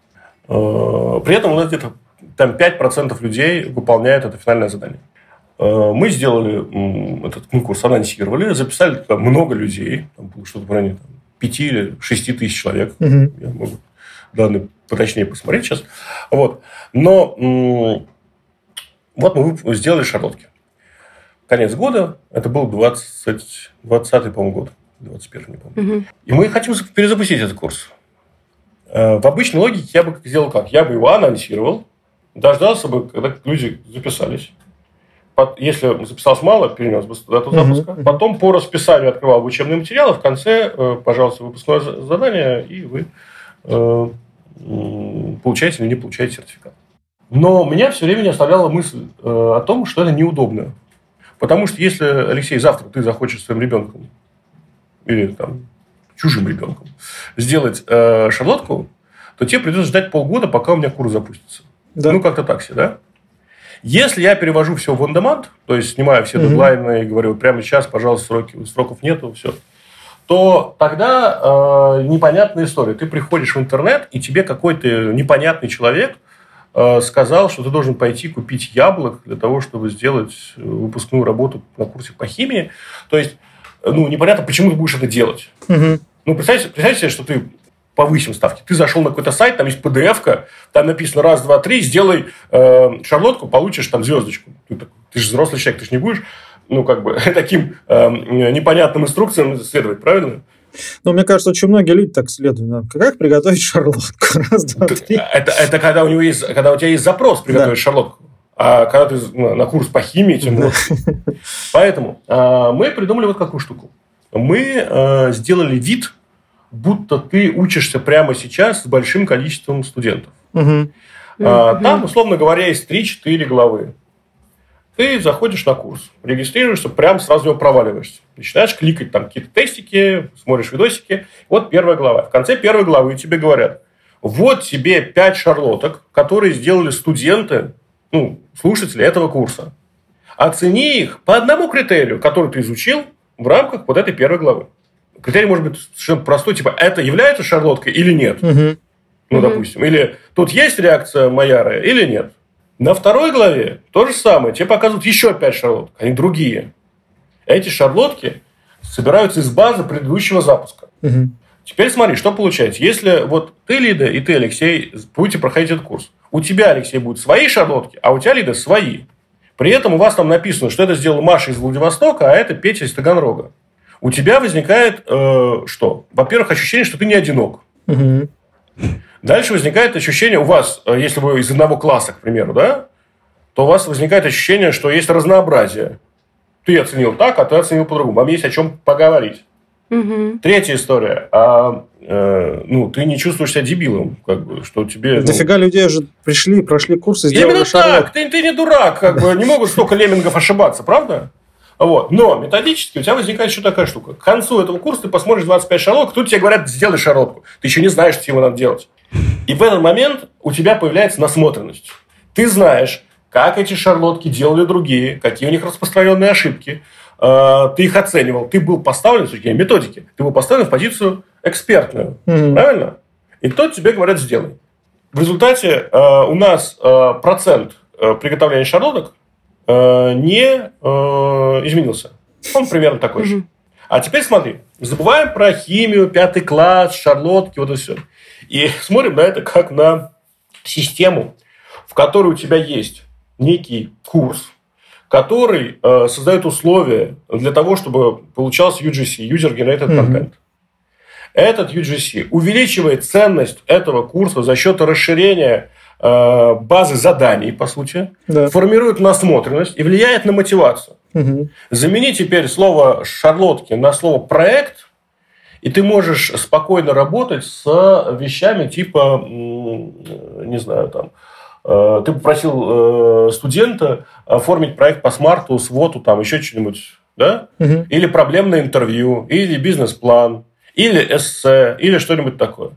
э, при этом у нас где-то там пять процентов людей выполняют это финальное задание. Э, мы сделали э, этот конкурс, анонсировали, записали туда много людей. Там было что-то в районе пяти или шести тысяч человек. Угу. Я могу данные поточнее посмотреть сейчас. Вот. Но э, вот мы сделали шарлотки. Конец года, это был двадцать, двадцатый, по-моему, год. двадцать первый, не помню. Угу. И мы хотим перезапустить этот курс. Э, в обычной логике я бы сделал как? Я бы его анонсировал, дождался бы, когда люди записались. Если записалось мало, перенес бы дату запуска. Угу. Потом по расписанию открывал бы учебные материалы. В конце, э, пожалуйста, выпускное задание, и вы э, получаете или не получаете сертификат. Но меня все время не оставляла мысль э, о том, что это неудобно. Потому что если, Алексей, завтра ты захочешь своим ребенком или там, чужим ребенком сделать э, шарлотку, то тебе придется ждать полгода, пока у меня курс запустится. Да. Ну, как-то так себе, да? Если я перевожу все в on-demand, то есть снимаю все дедлайны mm-hmm. и говорю, прямо сейчас, пожалуйста, сроки, сроков нету, все, то тогда э, непонятная история. Ты приходишь в интернет, и тебе какой-то непонятный человек сказал, что ты должен пойти купить яблок для того, чтобы сделать выпускную работу на курсе по химии. То есть, ну, непонятно, почему ты будешь это делать. Угу. Ну, представьте, представьте себе, что ты повысим ставки. Ты зашел на какой-то сайт, там есть пи ди эф-ка, там написано раз, два, три, сделай э, шарлотку, получишь там звездочку. Ты, ты же взрослый человек, ты же не будешь, ну, как бы, таким э, непонятным инструкциям следовать, правильно? Ну, мне кажется, очень многие люди так следуют. Как приготовить шарлотку? Раз, два, три. Это, это когда, у него есть, когда у тебя есть запрос приготовить да. шарлотку. А когда ты ну, на курс по химии, тем более. Да. Поэтому э, мы придумали вот какую штуку. Мы э, сделали вид, будто ты учишься прямо сейчас с большим количеством студентов. Угу. Э, угу. Там, условно говоря, есть три-четыре главы. Ты заходишь на курс, регистрируешься, прям сразу его проваливаешься. Начинаешь кликать там какие-то тестики, смотришь видосики. Вот первая глава. В конце первой главы тебе говорят, вот тебе пять шарлоток, которые сделали студенты, ну, слушатели этого курса. Оцени их по одному критерию, который ты изучил в рамках вот этой первой главы. Критерий может быть совершенно простой, типа, это является шарлоткой или нет? Угу. Ну, угу. допустим. Или тут есть реакция Майяра или нет? На второй главе то же самое. Тебе показывают еще пять шарлоток. Они другие. Эти шарлотки собираются из базы предыдущего запуска. Угу. Теперь смотри, что получается. Если вот ты, Лида, и ты, Алексей, будете проходить этот курс. У тебя, Алексей, будут свои шарлотки, а у тебя, Лида, свои. При этом у вас там написано, что это сделала Маша из Владивостока, а это Петя из Таганрога. У тебя возникает э, что? Во-первых, ощущение, что ты не одинок. Угу. Дальше возникает ощущение, у вас, если вы из одного класса, к примеру, да, то у вас возникает ощущение, что есть разнообразие. Ты оценил так, а ты оценил по-другому. Вам есть о чем поговорить. Угу. Третья история. А, э, ну, ты не чувствуешь себя дебилом, как бы, что тебе... Дофига ну... людей уже пришли, прошли курсы, сделали именно шарлотку. Так, ты, ты не дурак, как бы, не могут столько леммингов ошибаться, правда? Вот. Но методически у тебя возникает еще такая штука. К концу этого курса ты посмотришь двадцать пять шарлоток, тут тебе говорят, сделай шарлотку. Ты еще не знаешь, что тебе надо делать. И в этот момент у тебя появляется насмотренность. Ты знаешь, как эти шарлотки делали другие, какие у них распространенные ошибки. Ты их оценивал. Ты был поставлен, с точки зрения методики, ты был поставлен в позицию экспертную. Mm-hmm. Правильно? И тут тебе говорят, сделай. В результате у нас процент приготовления шарлоток не изменился. Он примерно такой же. Mm-hmm. А теперь смотри. Забываем про химию, пятый класс, шарлотки, вот и все. И смотрим на это как на систему, в которой у тебя есть некий курс, который э, создает условия для того, чтобы получался ю джи си, User Generated Content. Mm-hmm. Этот ю джи си увеличивает ценность этого курса за счет расширения э, базы заданий, по сути, да. формирует насмотренность и влияет на мотивацию. Mm-hmm. Замени теперь слово «шарлотки» на слово «проект», и ты можешь спокойно работать с вещами типа, не знаю, там, ты попросил студента оформить проект по смарту, своту, там, еще что-нибудь, да? Угу. Или проблемное интервью, или бизнес-план, или эссе, или что-нибудь такое.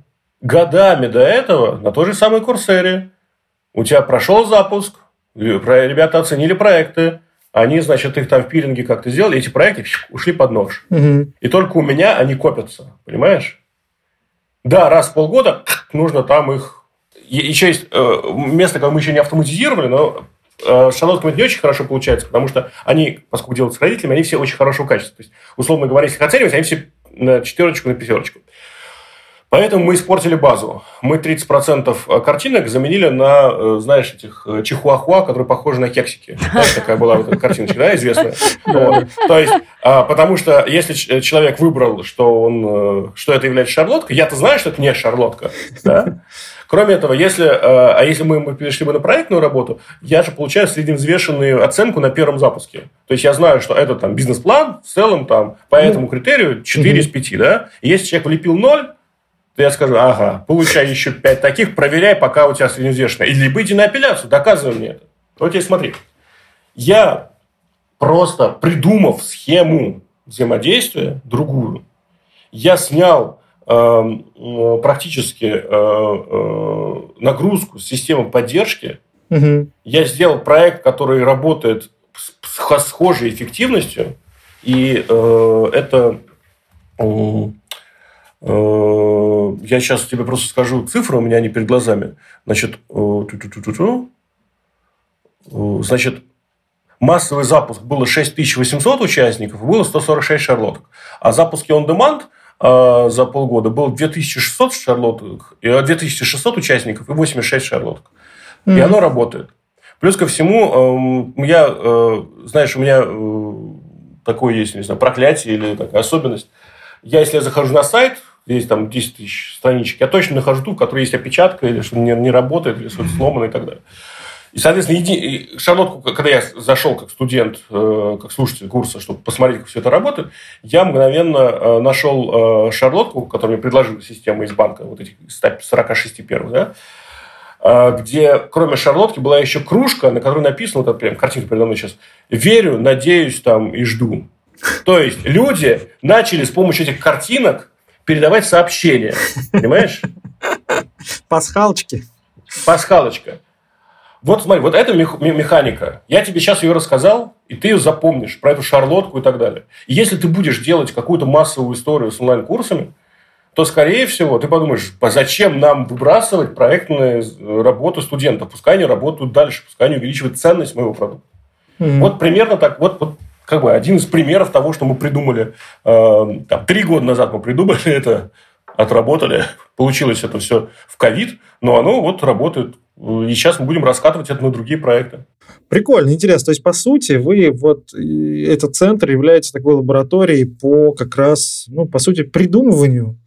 годами до этого на той же самой Курсере у тебя прошел запуск, ребята оценили проекты, они, значит, их там в пилинге как-то сделали, эти проекты ушли под нож. Угу. И только у меня они копятся, понимаешь? Да, раз в полгода нужно там их... Еще есть место, когда мы еще не автоматизировали, но с шарлотками это не очень хорошо получается, потому что они, поскольку делают с родителями, они все очень хорошего качества. То есть, условно говоря, если их оценивать, они все на четверочку, на пятерочку. Поэтому мы испортили базу. Мы тридцать процентов картинок заменили на, знаешь, этих чихуахуа, которые похожи на кексики. Знаешь, такая была вот эта картиночка, да, известная? Вот. То есть, потому что если человек выбрал, что, он, что это является шарлоткой, я-то знаю, что это не шарлотка. Да? Кроме этого, если, а если мы, мы перешли бы на проектную работу, я же получаю средневзвешенную оценку на первом запуске. То есть, я знаю, что это там бизнес-план в целом там, по этому критерию четыре из пяти. Да? И если человек влепил ноль, то я скажу, ага, получай еще пять таких, проверяй, пока у тебя средневзвешенная. Или либо иди на апелляцию, доказывай мне это. Вот теперь смотри. Я просто, придумав схему взаимодействия другую, я снял э, практически э, э, нагрузку с системы поддержки. Угу. Я сделал проект, который работает с схожей эффективностью. И э, это... Э, Я сейчас тебе просто скажу цифры, у меня они перед глазами. Значит, значит массовый запуск было шесть тысяч восемьсот участников, и было сто сорок шесть шарлоток. А запуски on demand за полгода было две тысячи шестьсот шарлоток, две тысячи шестьсот участников и восемьдесят шесть шарлоток. Mm-hmm. И оно работает. Плюс ко всему, я, знаешь, у меня такое есть, не знаю, проклятие или такая особенность. Я, если я захожу на сайт, здесь там десять тысяч страничек, я точно нахожу ту, в которой есть опечатка, или что-то не, не работает, или что-то сломано и так далее. И, соответственно, еди... шарлотку, когда я зашел как студент, как слушатель курса, чтобы посмотреть, как все это работает, я мгновенно нашел шарлотку, которую мне предложила система из банка, вот этих сто сорок шесть первых, да, где кроме шарлотки была еще кружка, на которой написано, вот прям картинка передо мной сейчас, «Верю, надеюсь там и жду». То есть, люди начали с помощью этих картинок передавать сообщения. Понимаешь? Пасхалочки. Пасхалочка. Вот смотри, вот эта механика. Я тебе сейчас ее рассказал, и ты ее запомнишь, про эту шарлотку и так далее. И если ты будешь делать какую-то массовую историю с онлайн-курсами, то, скорее всего, ты подумаешь, а зачем нам выбрасывать проектную работу студентов? Пускай они работают дальше, пускай они увеличивают ценность моего продукта. Mm-hmm. Вот примерно так. Вот, вот как бы один из примеров того, что мы придумали. Э, там, три года назад мы придумали это, отработали. Получилось это все в ковид, но оно вот работает. И сейчас мы будем раскатывать это на другие проекты. Прикольно, интересно. То есть, по сути, вы вот этот центр является такой лабораторией по как раз, ну, по сути, придумыванию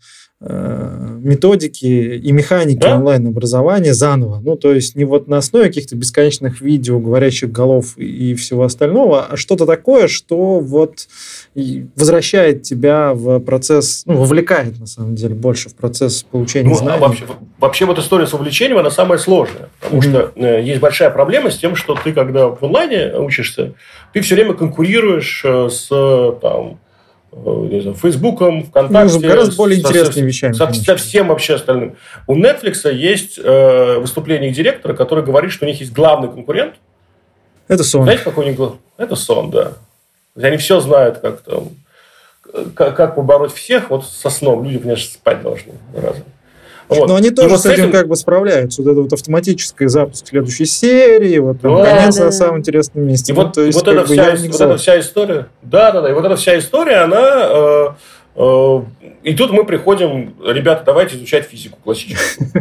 методики и механики да? онлайн-образования заново. Ну, то есть, не вот на основе каких-то бесконечных видео, говорящих голов и всего остального, а что-то такое, что вот возвращает тебя в процесс, ну, вовлекает, на самом деле, больше в процесс получения ну, знаний. А вообще, вообще, вот история с вовлечением, она самая сложная. Потому mm-hmm. что э, есть большая проблема с тем, что ты, когда в онлайне учишься, ты все время конкурируешь с, там, не знаю, Фейсбуком, ВКонтакте. Ну, гораздо более интересными вещами. Со, со всем вообще остальным. У Netflix есть э, выступление директора, который говорит, что у них есть главный конкурент. Это сон. Знаете, какой у них главный? Это сон, да. Они все знают, как там, как, как побороть всех. Вот со сном люди, конечно, спать должны. Разом. Вот. Но они тоже вот с этим, этим как бы справляются. Вот это вот автоматический запуск следующей серии, вот там, да, конец да, на да. самом интересном месте. И вот, то есть, вот, это вся, вот эта вся история, да, да, да, и вот эта вся история, она, э, э, и тут мы приходим, ребята, давайте изучать физику классическую.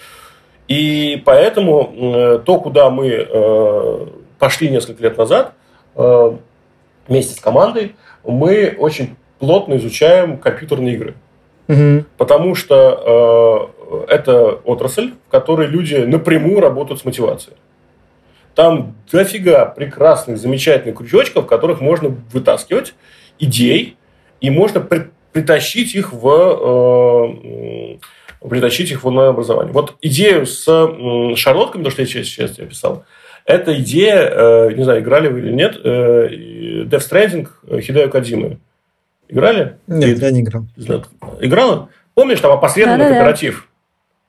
И поэтому э, то, куда мы э, пошли несколько лет назад, э, вместе с командой, мы очень плотно изучаем компьютерные игры. Угу. Потому что э, это отрасль, в которой люди напрямую работают с мотивацией. Там дофига прекрасных, замечательных крючочков, которых можно вытаскивать, идей, и можно при, притащить их в э, притащить их в онлайн-образование. Вот идею с э, шарлотками, то, что я сейчас тебе описал, это идея, э, не знаю, играли вы или нет, э, Death Stranding Хидео Кодзимы. Играли? Нет, Ты, я не играл. Играла? Помнишь, там опосредованный да, кооператив?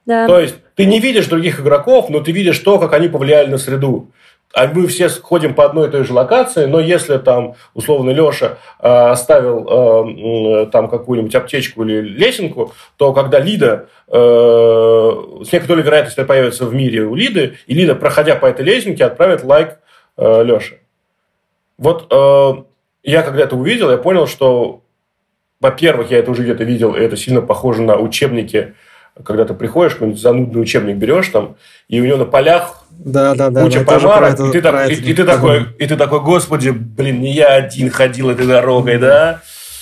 Да. То есть ты не видишь других игроков, но ты видишь то, как они повлияли на среду. А мы все ходим по одной и той же локации, но если там, условно, Леша э, оставил э, там какую-нибудь аптечку или лесенку, то когда Лида, э, с некоторой вероятностью появится в мире у Лиды, и Лида, проходя по этой лесенке, отправит лайк э, Леше. Вот э, я когда это увидел, я понял, что, во-первых, я это уже где-то видел, и это сильно похоже на учебники, когда ты приходишь, какой-нибудь занудный учебник берешь там, и у него на полях да, да, да, куча да, помарок, это, и, ты так, и, и, ты такой, и ты такой, господи, блин, не я один ходил этой дорогой, mm-hmm. да?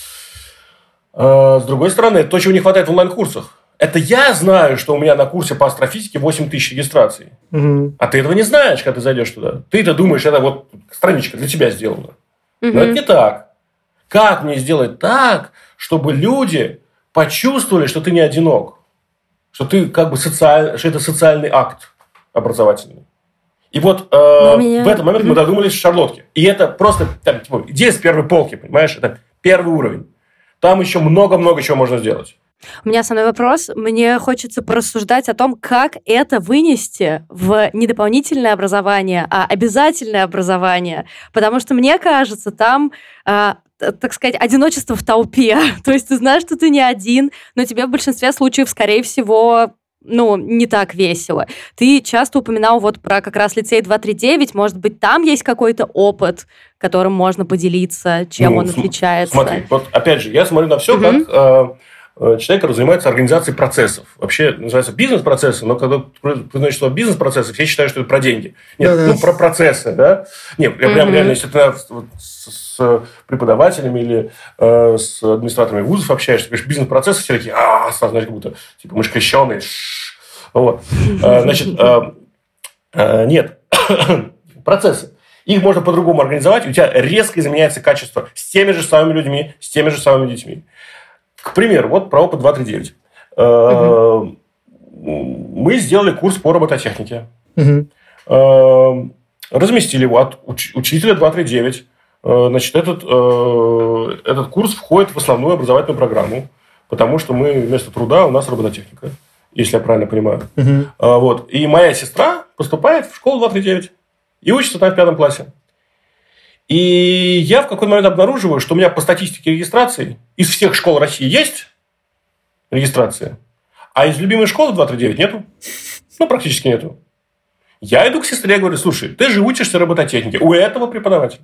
А, с другой стороны, это то, чего не хватает в онлайн-курсах. Это я знаю, что у меня на курсе по астрофизике восемь тысяч регистраций. Mm-hmm. А ты этого не знаешь, когда ты зайдешь туда. Ты-то думаешь, это вот страничка для тебя сделана. Mm-hmm. Но это не так. Как мне сделать так, чтобы люди почувствовали, что ты не одинок? Что ты как бы социаль... что это социальный акт образовательный. И вот э, меня... в этот момент mm-hmm. мы додумались в Шарлотке. И это просто там, типа, идея с первой полки, понимаешь? Это первый уровень. Там еще много-много чего можно сделать. У меня основной вопрос. Мне хочется порассуждать о том, как это вынести в не дополнительное образование, а обязательное образование. Потому что, мне кажется, там... Э, так сказать, одиночество в толпе. То есть ты знаешь, что ты не один, но тебе в большинстве случаев, скорее всего, ну, не так весело. Ты часто упоминал вот про как раз лицей два три девять. Может быть, там есть какой-то опыт, которым можно поделиться, чем ну, он см- отличается? Смотри, вот опять же, я смотрю на все, угу. как э, человек, который занимается организацией процессов. Вообще называется бизнес-процессы, но когда произносит слово бизнес-процессы, все считают, что это про деньги. Нет, да, ну, да. про процессы, да? Нет, я прям угу. реально, если ты вот, с, с преподавателями или э, с администраторами вузов общаешься, говоришь, бизнес-процессы, все такие, а сразу, знаешь, как будто, типа, мы же крещеные. Вот. Значит, нет, процессы. Их можно по-другому организовать, и у тебя резко изменяется качество с теми же самыми людьми, с теми же самыми детьми. К примеру, вот про опыт два три девять. Угу. Мы сделали курс по робототехнике. Угу. Разместили его от уч- учителя два три девять. Значит, этот, этот курс входит в основную образовательную программу, потому что мы вместо труда у нас робототехника. Если я правильно понимаю. Uh-huh. А, вот. И моя сестра поступает в школу два три девять. И учится там в пятом классе. И я в какой-то момент обнаруживаю, что у меня по статистике регистрации из всех школ России есть регистрация, а из любимой школы два три девять нету. Ну, практически нету. Я иду к сестре и говорю, слушай, ты же учишься робототехнике у этого преподавателя.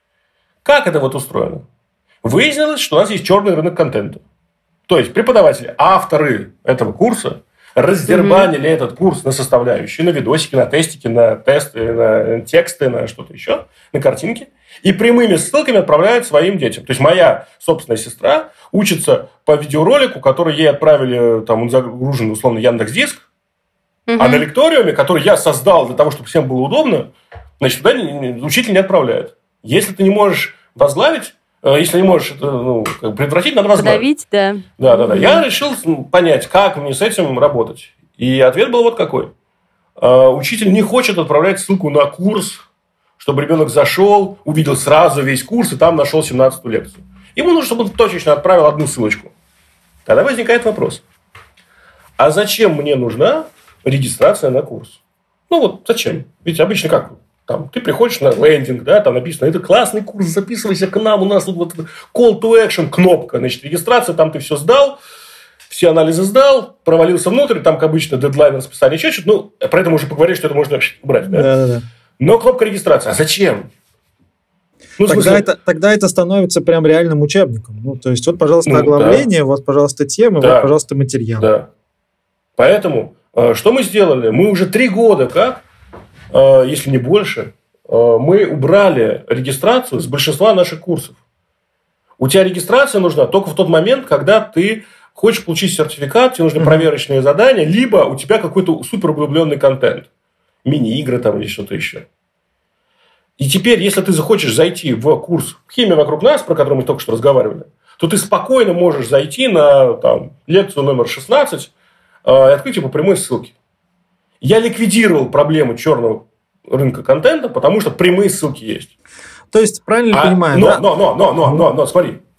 Как это вот устроено? Выяснилось, что у нас есть черный рынок контента. То есть, преподаватели, авторы этого курса раздербанили mm-hmm. этот курс на составляющие, на видосики, на тестики, на тесты, на тексты, на что-то еще, на картинки. И прямыми ссылками отправляют своим детям. То есть, моя собственная сестра учится по видеоролику, который ей отправили, там, он загружен, условно, Яндекс.Диск, mm-hmm. а на лекториуме, который я создал для того, чтобы всем было удобно, значит, туда учитель не отправляет. Если ты не можешь возглавить, если не можешь это ну, предотвратить, надо возглавить. Подавить, да. Да, да, да. Я решил понять, как мне с этим работать. И ответ был вот какой. Учитель не хочет отправлять ссылку на курс, чтобы ребенок зашел, увидел сразу весь курс и там нашел семнадцатую лекцию. Ему нужно, чтобы он точечно отправил одну ссылочку. Тогда возникает вопрос. А зачем мне нужна регистрация на курс? Ну вот зачем? Ведь обычно как? Там, ты приходишь на лендинг, да, там написано, это классный курс, записывайся к нам, у нас тут вот call to action, кнопка, значит, регистрация, там ты все сдал, все анализы сдал, провалился внутрь, там, как обычно, дедлайн, расписание, еще что-то, ну, про это мы уже поговорили, что это можно вообще убрать, да? Да, да, да. Но кнопка регистрации, а зачем? Ну, тогда, это, тогда это становится прям реальным учебником. Ну, то есть, вот, пожалуйста, ну, оглавление, да. вот, пожалуйста, темы, да. вот, пожалуйста, материал. Да. Поэтому, что мы сделали? Мы уже три года как если не больше, мы убрали регистрацию с большинства наших курсов. У тебя регистрация нужна только в тот момент, когда ты хочешь получить сертификат, тебе нужны mm-hmm. проверочные задания, либо у тебя какой-то суперуглубленный контент. Мини-игры там или что-то еще. И теперь, если ты захочешь зайти в курс «Химия вокруг нас», про который мы только что разговаривали, то ты спокойно можешь зайти на там, лекцию номер шестнадцать э, и открыть ее по прямой ссылке. Я ликвидировал проблему черного рынка контента, потому что прямые ссылки есть. То есть, правильно а, понимаю, но, да? Но, но, но, но, но, но, смотри.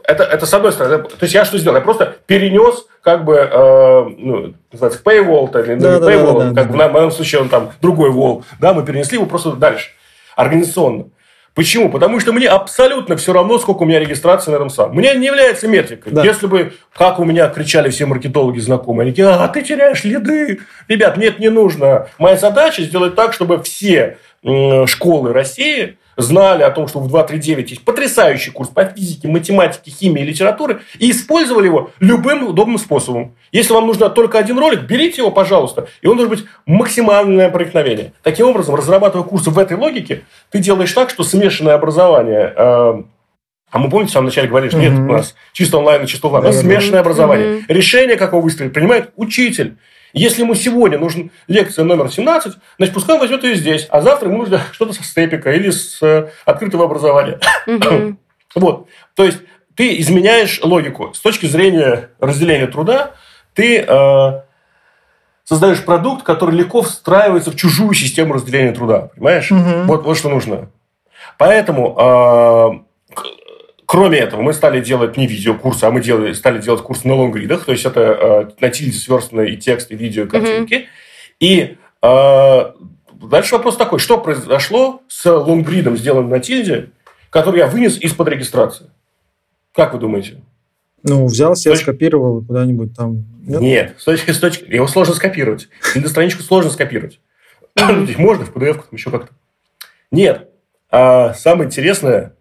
Это, это с одной стороны. То есть я что сделал? Я просто перенес как бы, э, ну, называется, paywall, или да, да, paywall, да, да, как да, в моем случае он там другой wall. Да, мы перенесли его просто дальше, организационно. Почему? Потому что мне абсолютно все равно, сколько у меня регистрации на этом самом. Мне не является метрикой. Да. Если бы, как у меня кричали все маркетологи знакомые, они говорят, а ты теряешь лиды. Ребят, нет, не нужно. Моя задача сделать так, чтобы все э, школы России знали о том, что в два три девять есть потрясающий курс по физике, математике, химии, литературе, и использовали его любым удобным способом. Если вам нужно только один ролик, берите его, пожалуйста, и он должен быть максимальное проникновение. Таким образом, разрабатывая курсы в этой логике, ты делаешь так, что смешанное образование... Э, а мы, помните, в самом начале говорили, что mm-hmm. нет у нас чисто онлайн и чисто офлайн, у нас смешанное образование. Mm-hmm. Решение, как его выстроить, принимает учитель. Если ему сегодня нужна лекция номер семнадцать, значит, пускай он возьмет ее здесь, а завтра ему нужно что-то со степика или с э, открытого образования. Mm-hmm. Вот. То есть, ты изменяешь логику. С точки зрения разделения труда, ты э, создаешь продукт, который легко встраивается в чужую систему разделения труда. Понимаешь? Mm-hmm. Вот, вот что нужно. Поэтому... Э, Кроме этого, мы стали делать не видеокурсы, а мы делали, стали делать курсы на лонгридах. То есть, это э, на тильде сверстано и текст, и видео, и картинки. Mm-hmm. И э, дальше вопрос такой. Что произошло с лонгридом, сделанным на тильде, который я вынес из-под регистрации? Как вы думаете? Ну, взял себе, точки... скопировал куда-нибудь там. Нет, Нет с точки, с точки... его сложно скопировать. Тильдостраничку сложно скопировать. Mm-hmm. Можно в пи ди эф, еще как-то. Нет. А самое интересное...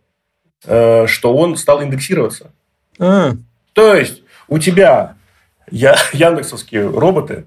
что он стал индексироваться. А. То есть, у тебя я, яндексовские роботы,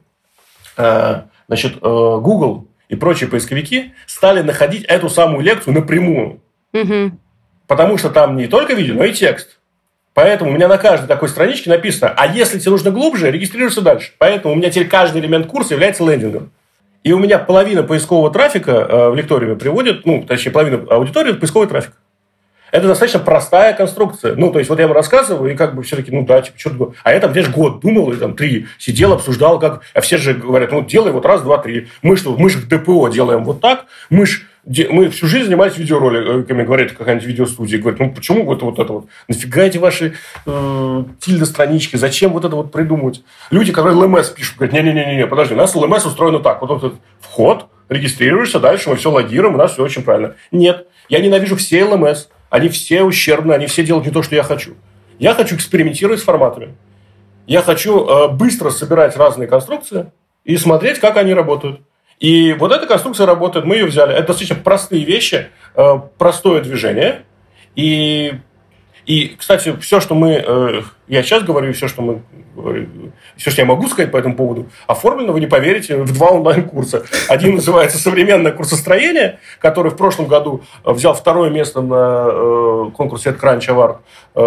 э, значит, э, Google и прочие поисковики стали находить эту самую лекцию напрямую. Угу. Потому что там не только видео, но и текст. Поэтому у меня на каждой такой страничке написано, а если тебе нужно глубже, регистрируйся дальше. Поэтому у меня теперь каждый элемент курса является лендингом. И у меня половина поискового трафика э, в лекториуме приводит, ну, точнее, половина аудитории – это поисковый трафик. Это достаточно простая конструкция. Ну, то есть, вот я вам рассказываю, и как бы все таки ну да, типа, что-то... А я там, знаешь, год думал, и там три сидел, обсуждал, как... А все же говорят, ну, делай вот раз, два, три. Мы что, мы же в ДПО делаем вот так. Мы ж... Мы всю жизнь занимались видеороликами, говорит какая-нибудь видеостудия. Говорит, ну, почему вот, вот это вот? Нафига эти ваши э, тильдо-странички? Зачем вот это вот придумывать? Люди, которые эл эм эс пишут, говорят, не-не-не, подожди, у нас эл эм эс устроено так. Вот этот вход, регистрируешься, дальше мы все логируем, у нас все очень правильно. Нет, я ненавижу все эл эм эс. Они все ущербны, они все делают не то, что я хочу. Я хочу экспериментировать с форматами. Я хочу э, быстро собирать разные конструкции и смотреть, как они работают. И вот эта конструкция работает, мы ее взяли. Это достаточно простые вещи, э, простое движение. И, и, кстати, все, что мы... Э, я сейчас говорю, все, что мы... Все, что я могу сказать по этому поводу, оформлено, вы не поверите, в два онлайн-курса. Один называется «Современное курсостроение», который в прошлом году взял второе место на э, конкурсе TechCrunch Award.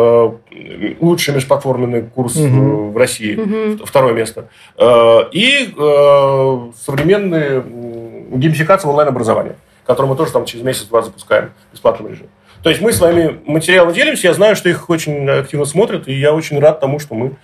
Э, лучший межплатформенный курс mm-hmm. в России. Mm-hmm. Второе место. Э, и э, современная геймификация в онлайн-образовании, которую мы тоже там через месяц-два запускаем в бесплатном режиме. То есть, мы своими материалами делимся. Я знаю, что их очень активно смотрят, и я очень рад тому, что мы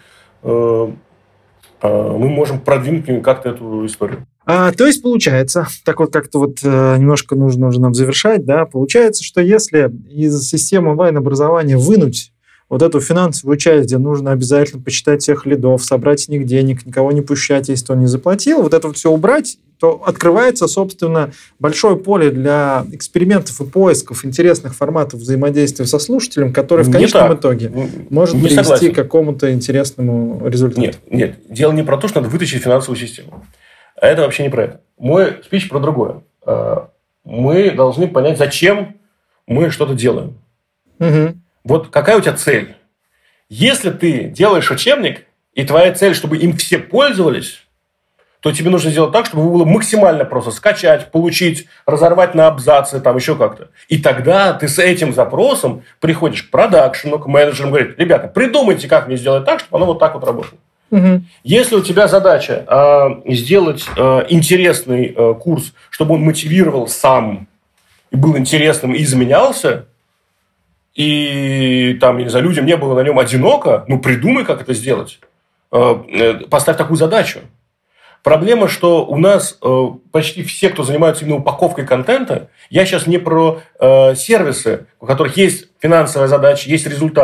мы можем продвинуть как-то эту историю. А, то есть, получается, так вот как-то вот э, немножко нужно уже нам завершать, да, получается, что если из системы онлайн-образования вынуть вот эту финансовую часть, где нужно обязательно посчитать всех лидов, собрать с них денег, никого не пущать, если он не заплатил, вот это вот все убрать, то открывается, собственно, большое поле для экспериментов и поисков интересных форматов взаимодействия со слушателем, который в конечном не итоге может не привести согласен. К какому-то интересному результату. Нет, нет, дело не про то, что надо вытащить финансовую систему. Это вообще не про это. Мой спич про другое. Мы должны понять, зачем мы что-то делаем. Угу. Вот какая у тебя цель? Если ты делаешь учебник, и твоя цель, чтобы им все пользовались, то тебе нужно сделать так, чтобы его было максимально просто скачать, получить, разорвать на абзацы, там еще как-то. И тогда ты с этим запросом приходишь к продакшену, к менеджерам, говоришь, ребята, придумайте, как мне сделать так, чтобы оно вот так вот работало. Угу. Если у тебя задача э, сделать э, интересный э, курс, чтобы он мотивировал сам, и был интересным, и изменялся, и там, я не знаю, людям не было на нем одиноко, ну, придумай, как это сделать. Э, э, поставь такую задачу. Проблема, что у нас э, почти все, кто занимается именно упаковкой контента, я сейчас не про э, сервисы, у которых есть финансовая задача, есть результат.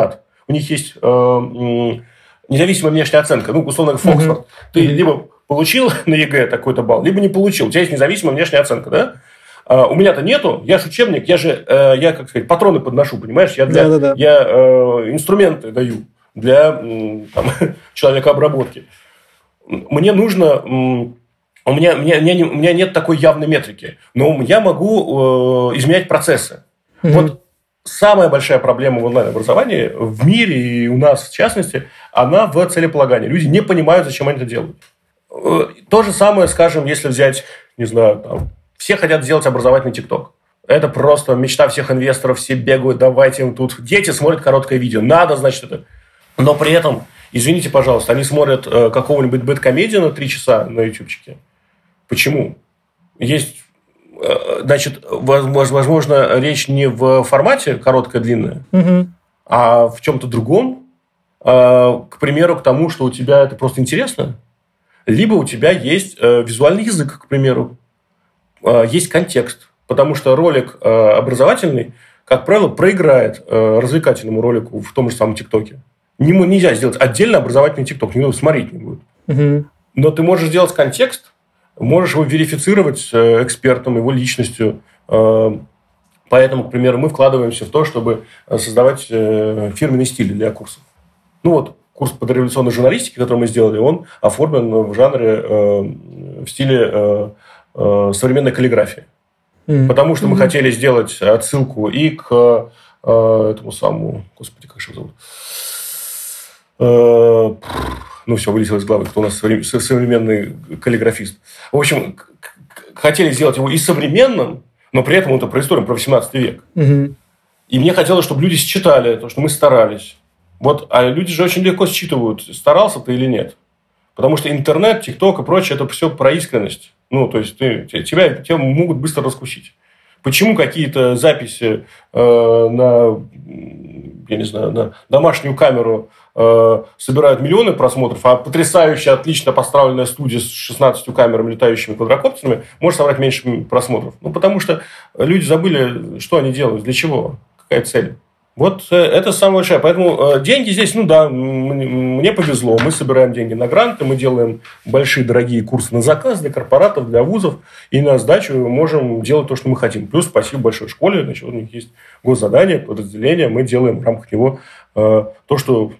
у них есть э, независимая внешняя оценка, ну, условно, Фоксфорд. Mm-hmm. Ты mm-hmm. либо получил на ЕГЭ такой-то балл, либо не получил. У тебя есть независимая внешняя оценка, да? А у меня-то нету, я же учебник, я же, э, я, как сказать, патроны подношу, понимаешь? Я, для, yeah, я э, инструменты даю для там, человекообработки. Мне нужно... У меня, у, меня, у меня нет такой явной метрики, но я могу э, изменять процессы. Mm-hmm. Вот самая большая проблема в онлайн-образовании в мире и у нас, в частности, она в целеполагании. Люди не понимают, зачем они это делают. То же самое, скажем, если взять, не знаю, там, все хотят сделать образовательный ТикТок. Это просто мечта всех инвесторов, все бегают, давайте им тут. Дети смотрят короткое видео, надо, значит, это. Но при этом, извините, пожалуйста, они смотрят э, какого-нибудь бэдкомедиана на три часа на ютубчике. Почему? Есть, э, значит, возможно, речь не в формате короткое-длинное, угу. а в чем-то другом. Э, к примеру, к тому, что у тебя это просто интересно. Либо у тебя есть э, визуальный язык, к примеру. Э, есть контекст. Потому что ролик э, образовательный, как правило, проиграет э, развлекательному ролику в том же самом ТикТоке. Ему нельзя сделать отдельно образовательный ТикТок. Никто смотреть не будет. Угу. Но ты можешь сделать контекст, можешь его верифицировать э, экспертом, его личностью. Э, поэтому, к примеру, мы вкладываемся в то, чтобы создавать э, фирменный стиль для курсов. Ну вот, курс по дореволюционной журналистике, который мы сделали, он оформлен в жанре, э, в стиле э, э, современной каллиграфии. Mm-hmm. Потому что мы mm-hmm. хотели сделать отсылку и к э, этому самому... Господи, как же его зовут? Э, ну, все, вылетело из головы, кто у нас современный каллиграфист. В общем, хотели сделать его и современным, но при этом это про историю, про восемнадцатый век. Mm-hmm. И мне хотелось, чтобы люди считали то, что мы старались. Вот, а люди же очень легко считывают, старался ты или нет. Потому что интернет, ТикТок и прочее, это все про искренность. Ну, то есть, ты, тебя, тебя могут быстро раскусить. Почему какие-то записи э, на, я не знаю, на домашнюю камеру э, собирают миллионы просмотров, а потрясающая, отлично поставленная студия с шестнадцатью камерами, летающими квадрокоптерами, может собрать меньше просмотров? Ну, потому что люди забыли, что они делают, для чего, какая цель. Вот это самое большое. Поэтому деньги здесь, ну да, мне повезло. Мы собираем деньги на гранты, мы делаем большие дорогие курсы на заказ для корпоратов, для вузов. И на сдачу можем делать то, что мы хотим. Плюс спасибо большой школе. Значит, у них есть госзадание, подразделение. Мы делаем в рамках него то, что,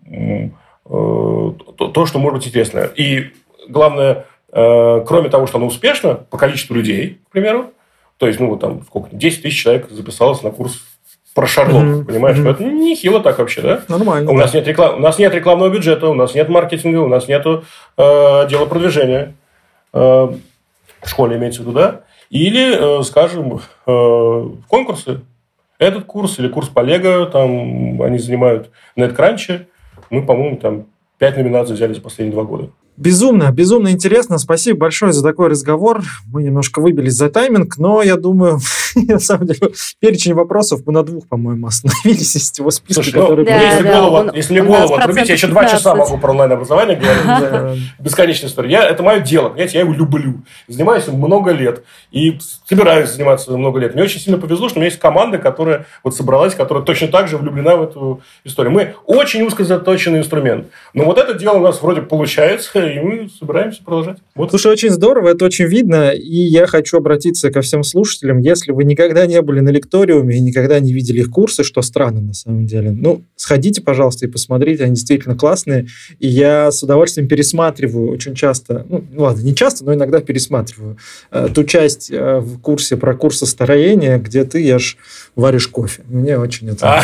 то, что может быть интересно. И главное, кроме того, что оно успешно по количеству людей, к примеру, то есть, ну, вот там сколько, десять тысяч человек записалось на курс про Шарлот, mm-hmm. понимаешь? Mm-hmm. Это нехило так вообще, да? Нормально. У нас нет, реклам... у нас нет рекламного бюджета, у нас нет маркетинга, у нас нет э, дела продвижения. Э, в школе имеется в виду, да? Или, э, скажем, э, конкурсы. Этот курс или курс по Лего, там они занимают NetCrunch. Мы, по-моему, там пять номинаций взяли за последние два года. Безумно, безумно интересно. Спасибо большое за такой разговор. Мы немножко выбились за тайминг, но я думаю, на самом деле, перечень вопросов мы на двух, по-моему, остановились из того списка, Слушай, который... Ну, да, если, да, голову, он, если мне голову отрубить, я еще два часа могу про онлайн-образование говорить. Бесконечная история. Я, это мое дело, понимаете, я его люблю. Занимаюсь им много лет. И собираюсь заниматься много лет. Мне очень сильно повезло, что у меня есть команда, которая вот собралась, которая точно так же влюблена в эту историю. Мы очень узко заточенный инструмент. Но вот это дело у нас вроде получается, и мы собираемся продолжать. Вот. Слушай, очень здорово, это очень видно, и я хочу обратиться ко всем слушателям. Если вы никогда не были на лекториуме и никогда не видели их курсы, что странно на самом деле, ну, сходите, пожалуйста, и посмотрите, они действительно классные, и я с удовольствием пересматриваю очень часто, ну, ладно, не часто, но иногда пересматриваю э, ту часть э, в курсе про курсостроение, где ты ешь, варишь кофе. Мне очень это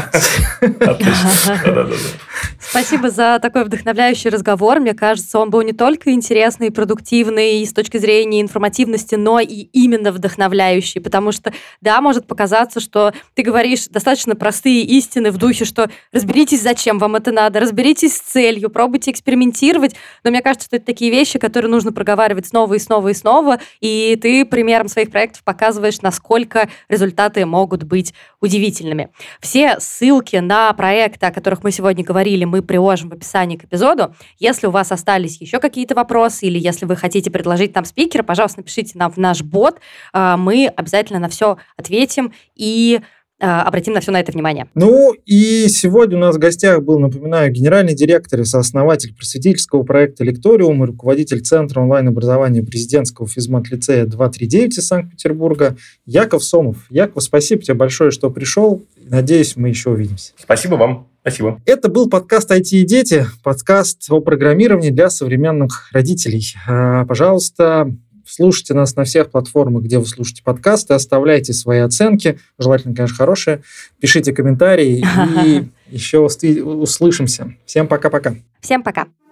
нравится. Спасибо за такой вдохновляющий разговор. Мне кажется, он был не только интересный, продуктивный с точки зрения информативности, но и именно вдохновляющий, потому что, да, может показаться, что ты говоришь достаточно простые истины в духе, что разберитесь, зачем вам это надо, разберитесь с целью, пробуйте экспериментировать, но мне кажется, что это такие вещи, которые нужно проговаривать снова и снова и снова, и ты примером своих проектов показываешь, насколько результаты могут быть удивительными. Все ссылки на проекты, о которых мы сегодня говорили, мы приложим в описании к эпизоду. Если у вас остались еще какие-то вопросы или если вы хотите предложить нам спикера, пожалуйста, напишите нам в наш бот. Мы обязательно на все ответим и обратим на все на это внимание. Ну и сегодня у нас в гостях был, напоминаю, генеральный директор и сооснователь просветительского проекта «Лекториум» и руководитель Центра онлайн-образования президентского физмат-лицея два три девять из Санкт-Петербурга Яков Сомов. Яков, спасибо тебе большое, что пришел. Надеюсь, мы еще увидимся. Спасибо вам. Спасибо. Это был подкаст «ай ти и дети», подкаст о программировании для современных родителей. Пожалуйста, слушайте нас на всех платформах, где вы слушаете подкасты, оставляйте свои оценки, желательно, конечно, хорошие, пишите комментарии и еще услышимся. Всем пока-пока. Всем пока.